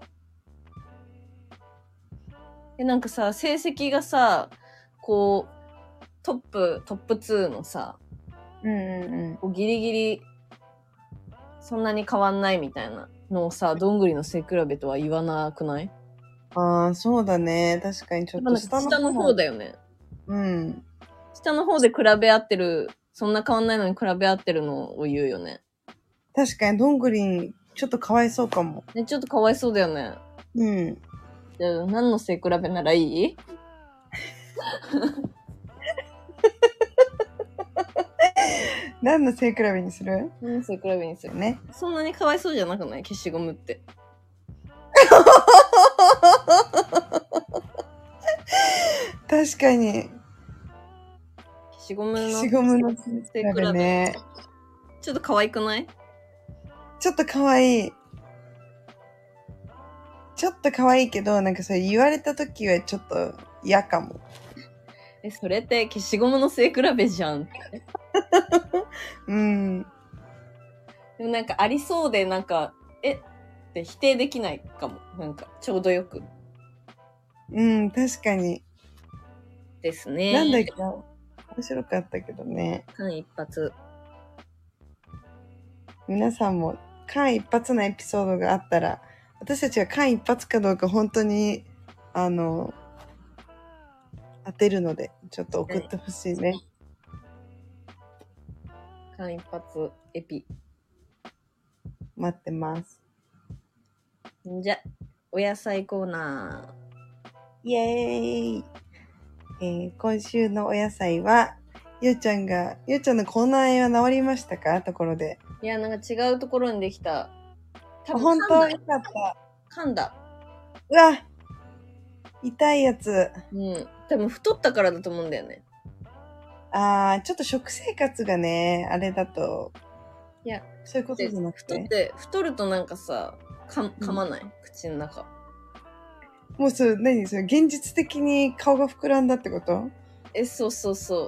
なんかさ、成績がさ、こう、トップ2のさ、ギリギリ、そんなに変わんないみたいなのをさ、どんぐりの背比べとは言わなくない？ そうだね。確かにちょっと下の方だよね。下の方で比べ合ってる、そんな変わんないのに比べ合ってるのを言うよね。 確かにどんぐりちょっとかわいそうかも。 ね、ちょっとかわいそうだよね。じゃあ何の背比べならいい？ 何の背比べにする？ 何の背比べにするね。 そんなにかわいそうじゃなくない？消しゴムって。 確かに。 消しゴムの消しゴムの背比べね。 ちょっと可愛くない？ ちょっと可愛い。ちょっと可愛いけど、なんかそれ言われた時はちょっと嫌かも。 それって消しゴムの背比べじゃん。 うん。 でもなんかありそうで、なんか、って否定できないかも。なんか、ちょうどよく。 うん、確かに。 ですね。 なんだっけ、面白かったけどね。 間一髪。 皆さんも間一髪なエピソードがあったら、私たちは間一髪かどうか本当に、当てるので、ちょっと送ってほしいね。 間一髪エピ。 待ってます。 じゃ、お野菜コーナー。イエーイ、今週のお野菜は、ゆうちゃんの口内炎は治りましたか？ところで。 いや、なんか違うところにできた。 本当よかった。 噛んだ。 うわ、痛いやつ。 うん。多分太ったからだと思うんだよね。 ちょっと食生活がね、あれだと。 いや、 そういうことじゃなくて。 太るとなんかさ、噛まない、口の中。 もうそれ、現実的に顔が膨らんだってこと？ そうそうそう。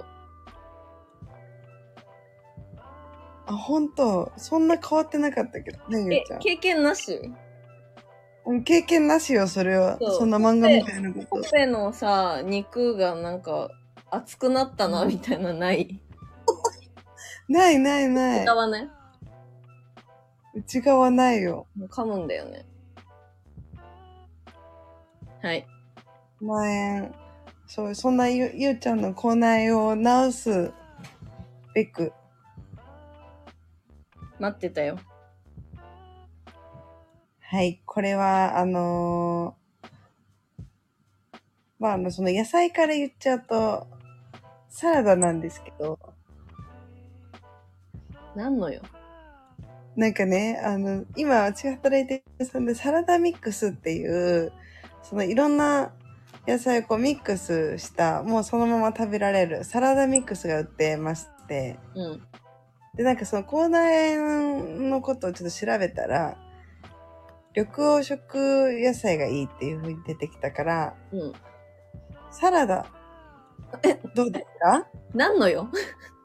本当？そんな変わってなかったけどね、ゆうちゃん。 経験なし？ 経験なしよ、それは。そんな漫画みたいなこと。 ほっぺのさ、肉がなんか、熱くなったな、みたいなない？ ない。 内側ね。 内側ないよ。 もう噛むんだよね。はい。 そんなゆうちゃんの口内を治すべく。 待ってたよ。 はい、これは、その野菜から言っちゃうと、サラダなんですけど。 なんのよ。 なんかね、今、私が働いてる屋さんでサラダミックスっていう、そのいろんな野菜をこうミックスした、もうそのまま食べられるサラダミックスが売ってまして。 うん。 で、なんかその口内炎のことをちょっと調べたら、緑黄色野菜がいいっていう風に出てきたから、 うん。 サラダ、どうですか？ 何のよ。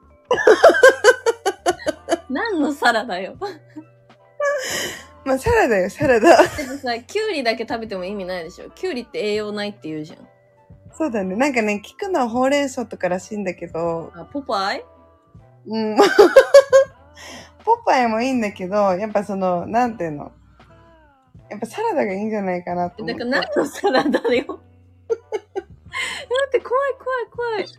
何のサラダよ。 まあサラダよ、サラダ。 でもさ、キュウリだけ食べても意味ないでしょ。キュウリって栄養ないって言うじゃん。 そうだね。なんかね、聞くのはほうれん草とからしいんだけど。 ポパイ？ うん。ポパイもいいんだけど、やっぱその、なんていうの。やっぱサラダがいいんじゃないかなと思って。 だから何のサラダよ。待って、怖い。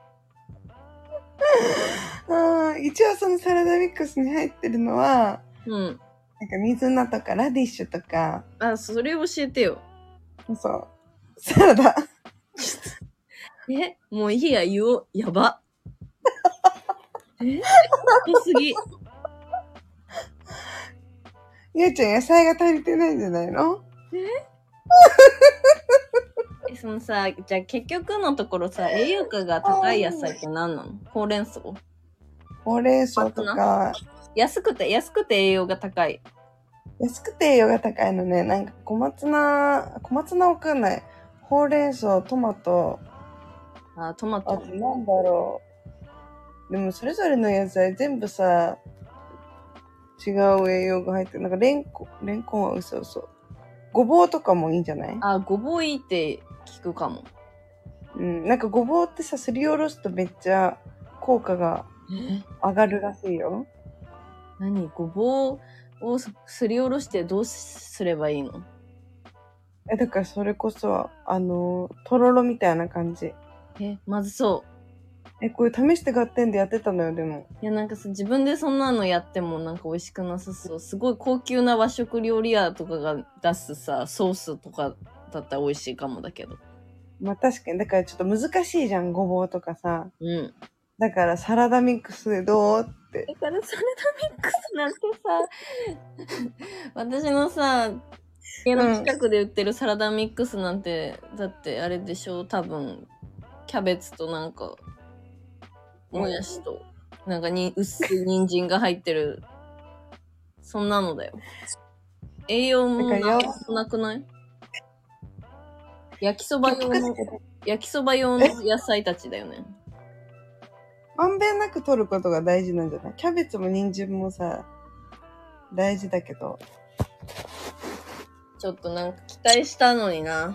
一応そのサラダミックスに入ってるのは、 うん。 なんか水菜とかラディッシュとか。 それ教えてよ。 そう。サラダ。 もういいや、言おう。やば。多すぎ。 ゆうちゃん野菜が足りてないんじゃないの？ そのさ、じゃあ結局のところさ、栄養価が高い野菜って何なの？ほうれん草？ ほうれん草とか。 安くて栄養が高い。 安くて栄養が高いのね。なんか小松菜わかんない。ほうれん草、トマト。 トマト。 あとなんだろう。でもそれぞれの野菜全部さ、違う栄養が入ってる。なんかレンコンは嘘。ごぼうとかもいいんじゃない？ ごぼういいって聞くかも。 うん。なんかごぼうってさ、すりおろすとめっちゃ効果が上がるらしいよ。 何？ごぼうをすりおろしてどうすればいいの？ だからそれこそ、とろろみたいな感じ。 まずそう。 これ試して買ってんでやってたのよ、でも。 いや、なんかさ、自分でそんなのやってもなんか美味しくなさそう。すごい高級な和食料理屋とかが出すさ、ソースとかだったら美味しいかもだけど。 まあ確かに、だからちょっと難しいじゃん、ごぼうとかさ。 うん。 だからサラダミックスでどうって。 だからサラダミックスなんてさ、私のさ、家の近くで売ってるサラダミックスなんて、だってあれでしょ、多分、キャベツとなんか、もやしと、なんかに薄い人参が入ってる、そんなのだよ。栄養もなくない？焼きそば用の野菜たちだよね。 まんべんなく取ることが大事なんじゃない？キャベツも人参もさ、大事だけど。 ちょっとなんか期待したのにな。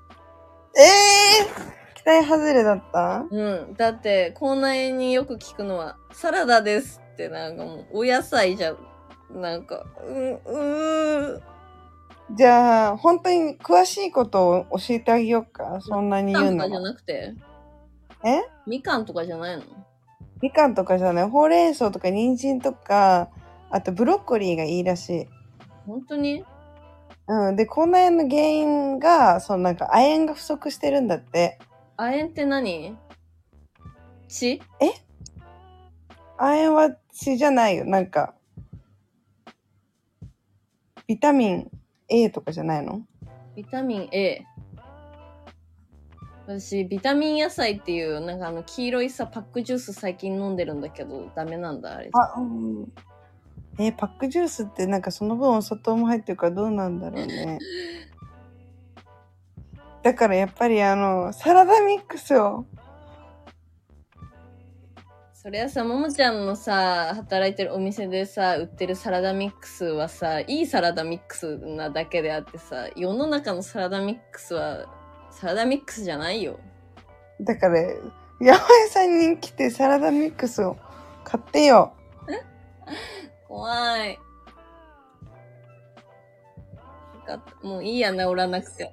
期待外れだった？ うん。だって、口内によく聞くのは、サラダですってなんかもう、お野菜じゃ、なんか、 じゃあ、本当に詳しいことを教えてあげようか。そんなに言うのは。 みかんとかじゃなくて？みかんとかじゃないの？ みかんとかじゃない。ほうれん草とか人参とか、あとブロッコリーがいいらしい。 本当に？ うん。で、口内炎の原因が、そのなんか亜鉛が不足してるんだって。 亜鉛って何？血？ 亜鉛は血じゃないよ。なんか、ビタミン A とかじゃないの？ ビタミン A。私、ビタミン野菜っていう、なんか黄色いさ、パックジュース最近飲んでるんだけど、ダメなんだ、あれ。 パックジュースってなんかその分お砂糖も入ってるからどうなんだろうね。だからやっぱりサラダミックスを。 そりゃさ、ももちゃんのさ、働いてるお店でさ、売ってるサラダミックスはさ、いいサラダミックスなだけであってさ、世の中のサラダミックスは、サラダミックスじゃないよ。 だから、八百屋さんに来てサラダミックスを買ってよ。 怖い。もういいや、治らなくて。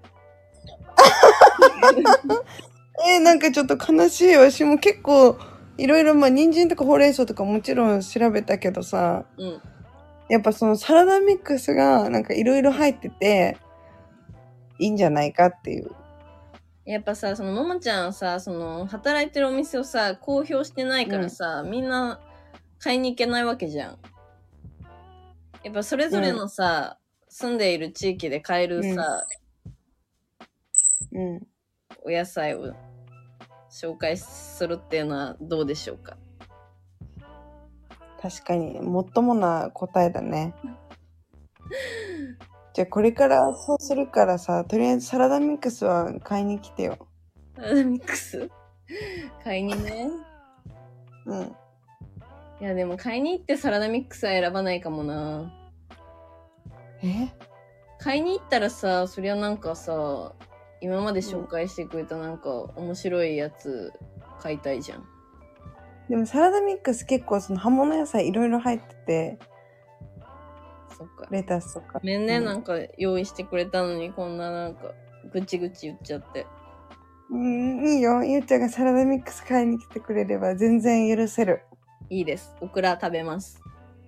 なんかちょっと悲しい。私も結構、いろいろ、人参とかほうれん草とかもちろん調べたけどさ、やっぱそのサラダミックスがなんかいろいろ入ってて、いいんじゃないかっていう。 やっぱさ、そのももちゃんさ、その働いてるお店をさ、公表してないからさ、みんな買いに行けないわけじゃん。やっぱそれぞれのさ、住んでいる地域で買えるさ、お野菜を紹介するっていうのはどうでしょうか。 確かに、もっともな答えだね。じゃあこれからそうするからさ、とりあえずサラダミックスは買いに来てよ。 サラダミックス買いにね。いやでも買いに行ってサラダミックスは選ばないかもな。買いに行ったらさ、そりゃなんかさ、今まで紹介してくれたなんか面白いやつ買いたいじゃん。 でもサラダミックス結構その葉物野菜いろいろ入ってて、 そっか。 レタスとか。 ごめんね、なんか用意してくれたのにこんななんかぐちぐち言っちゃって。 いいよ。ゆうちゃんがサラダミックス買いに来てくれれば全然許せる。 いいです。オクラ食べます。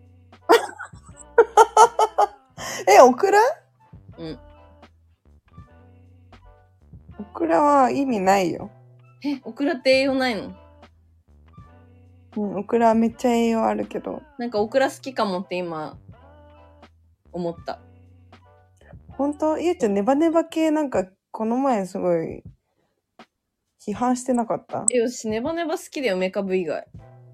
オクラ？オクラは意味ないよ。 オクラって栄養ないの？ オクラはめっちゃ栄養あるけど。 なんかオクラ好きかもって今、思った。 ほんと？ゆうちゃんネバネバ系なんかこの前すごい批判してなかった？ よし、ネバネバ好きだよ、メカブ以外。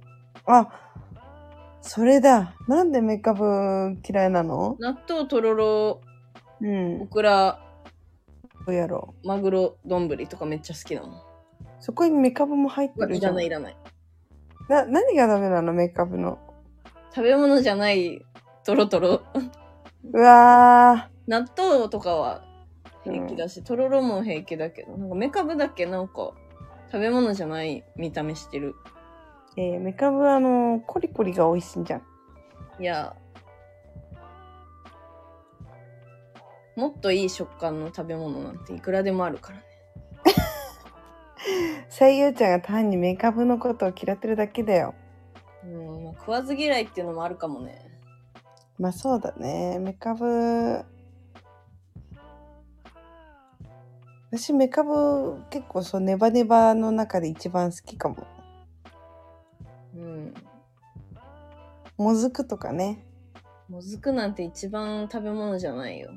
それだ。なんでメカブ嫌いなの？ 納豆、とろろ、オクラ、 どうやろう。マグロ、丼とかめっちゃ好きなの。 そこにメカブも入ってるじゃん。 いらない。 何がダメなの？メカブの。 食べ物じゃない、トロトロ。 うわー。納豆とかは平気だし、とろろも平気だけど、なんかメカブだけなんか食べ物じゃない見た目してる。 メカブはコリコリが美味しいんじゃん。 いや、もっといい食感の食べ物なんていくらでもあるからね。 声優ちゃんが単にメカブのことを嫌ってるだけだよ。 食わず嫌いっていうのもあるかもね。 まあそうだね。メカブ。私メカブ結構そうネバネバの中で一番好きかも。 もずくとかね。 もずくなんて一番食べ物じゃないよ。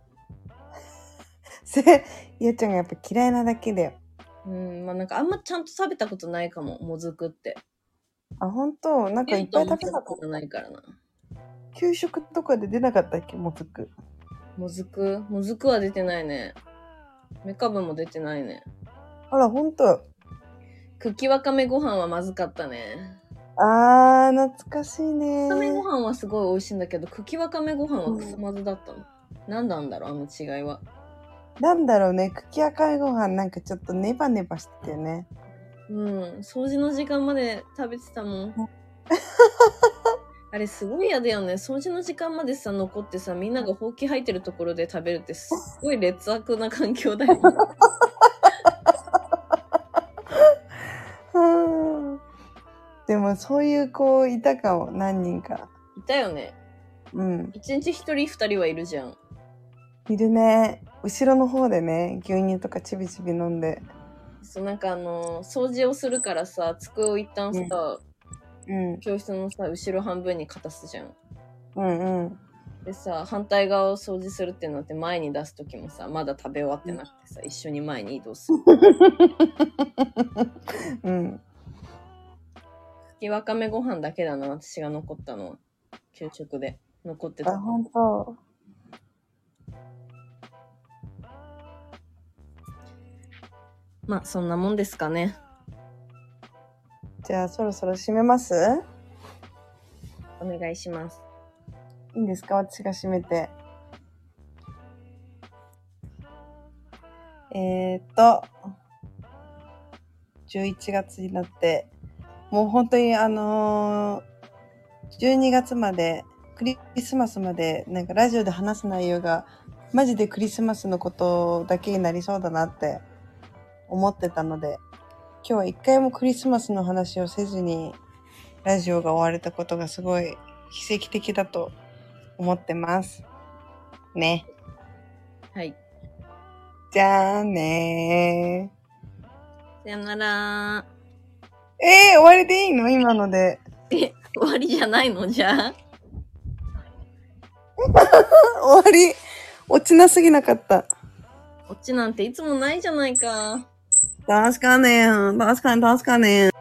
ゆうちゃんがやっぱ嫌いなだけだよ。 まあなんかあんまちゃんと食べたことないかも、もずくって。 あ、ほんとなんかいっぱい食べたことないからな。 給食とかで出なかったっけ、もずく。 もずくは出てないね。めかぶも出てないね。 あら、ほんと。 茎わかめご飯はまずかったね。 あー、懐かしいね。 わかめご飯はすごい美味しいんだけど、茎わかめご飯はクソまずだったの。何なんだろう、あの違いは。 なんだろうね、茎わかめご飯なんかちょっとネバネバしてたよね。 掃除の時間まで食べてたもん。あれすごい嫌だよね。掃除の時間までさ、残ってさ、みんながほうき入ってるところで食べるってすっごい劣悪な環境だよね。 でもそういう子いたかも、何人か。 いたよね。一日一人二人はいるじゃん。 いるね。後ろの方でね、牛乳とかちびちび飲んで。 そう、なんか掃除をするからさ、机を一旦さ、教室のさ、後ろ半分に片すじゃん。でさ、反対側を掃除するっていうのって前に出すときもさ、まだ食べ終わってなくてさ、一緒に前に移動する。茎わかめご飯だけだな、私が残ったのは。給食で残ってた。 あ、ほんと。 まあ、そんなもんですかね。 じゃあ、そろそろ締めます？ お願いします。 いいんですか？私が締めて。11月になって、もう本当に12月まで、クリスマスまで、なんかラジオで話す内容が、マジでクリスマスのことだけになりそうだなって思ってたので、今日は一回もクリスマスの話をせずに、ラジオが終われたことがすごい奇跡的だと思ってます。ね。 はい。 じゃあねー。さよなら。 終わりでいいの？今ので。 終わりじゃないの？じゃあ。 終わり。落ちなすぎなかった。 落ちなんていつもないじゃないか。 確かに。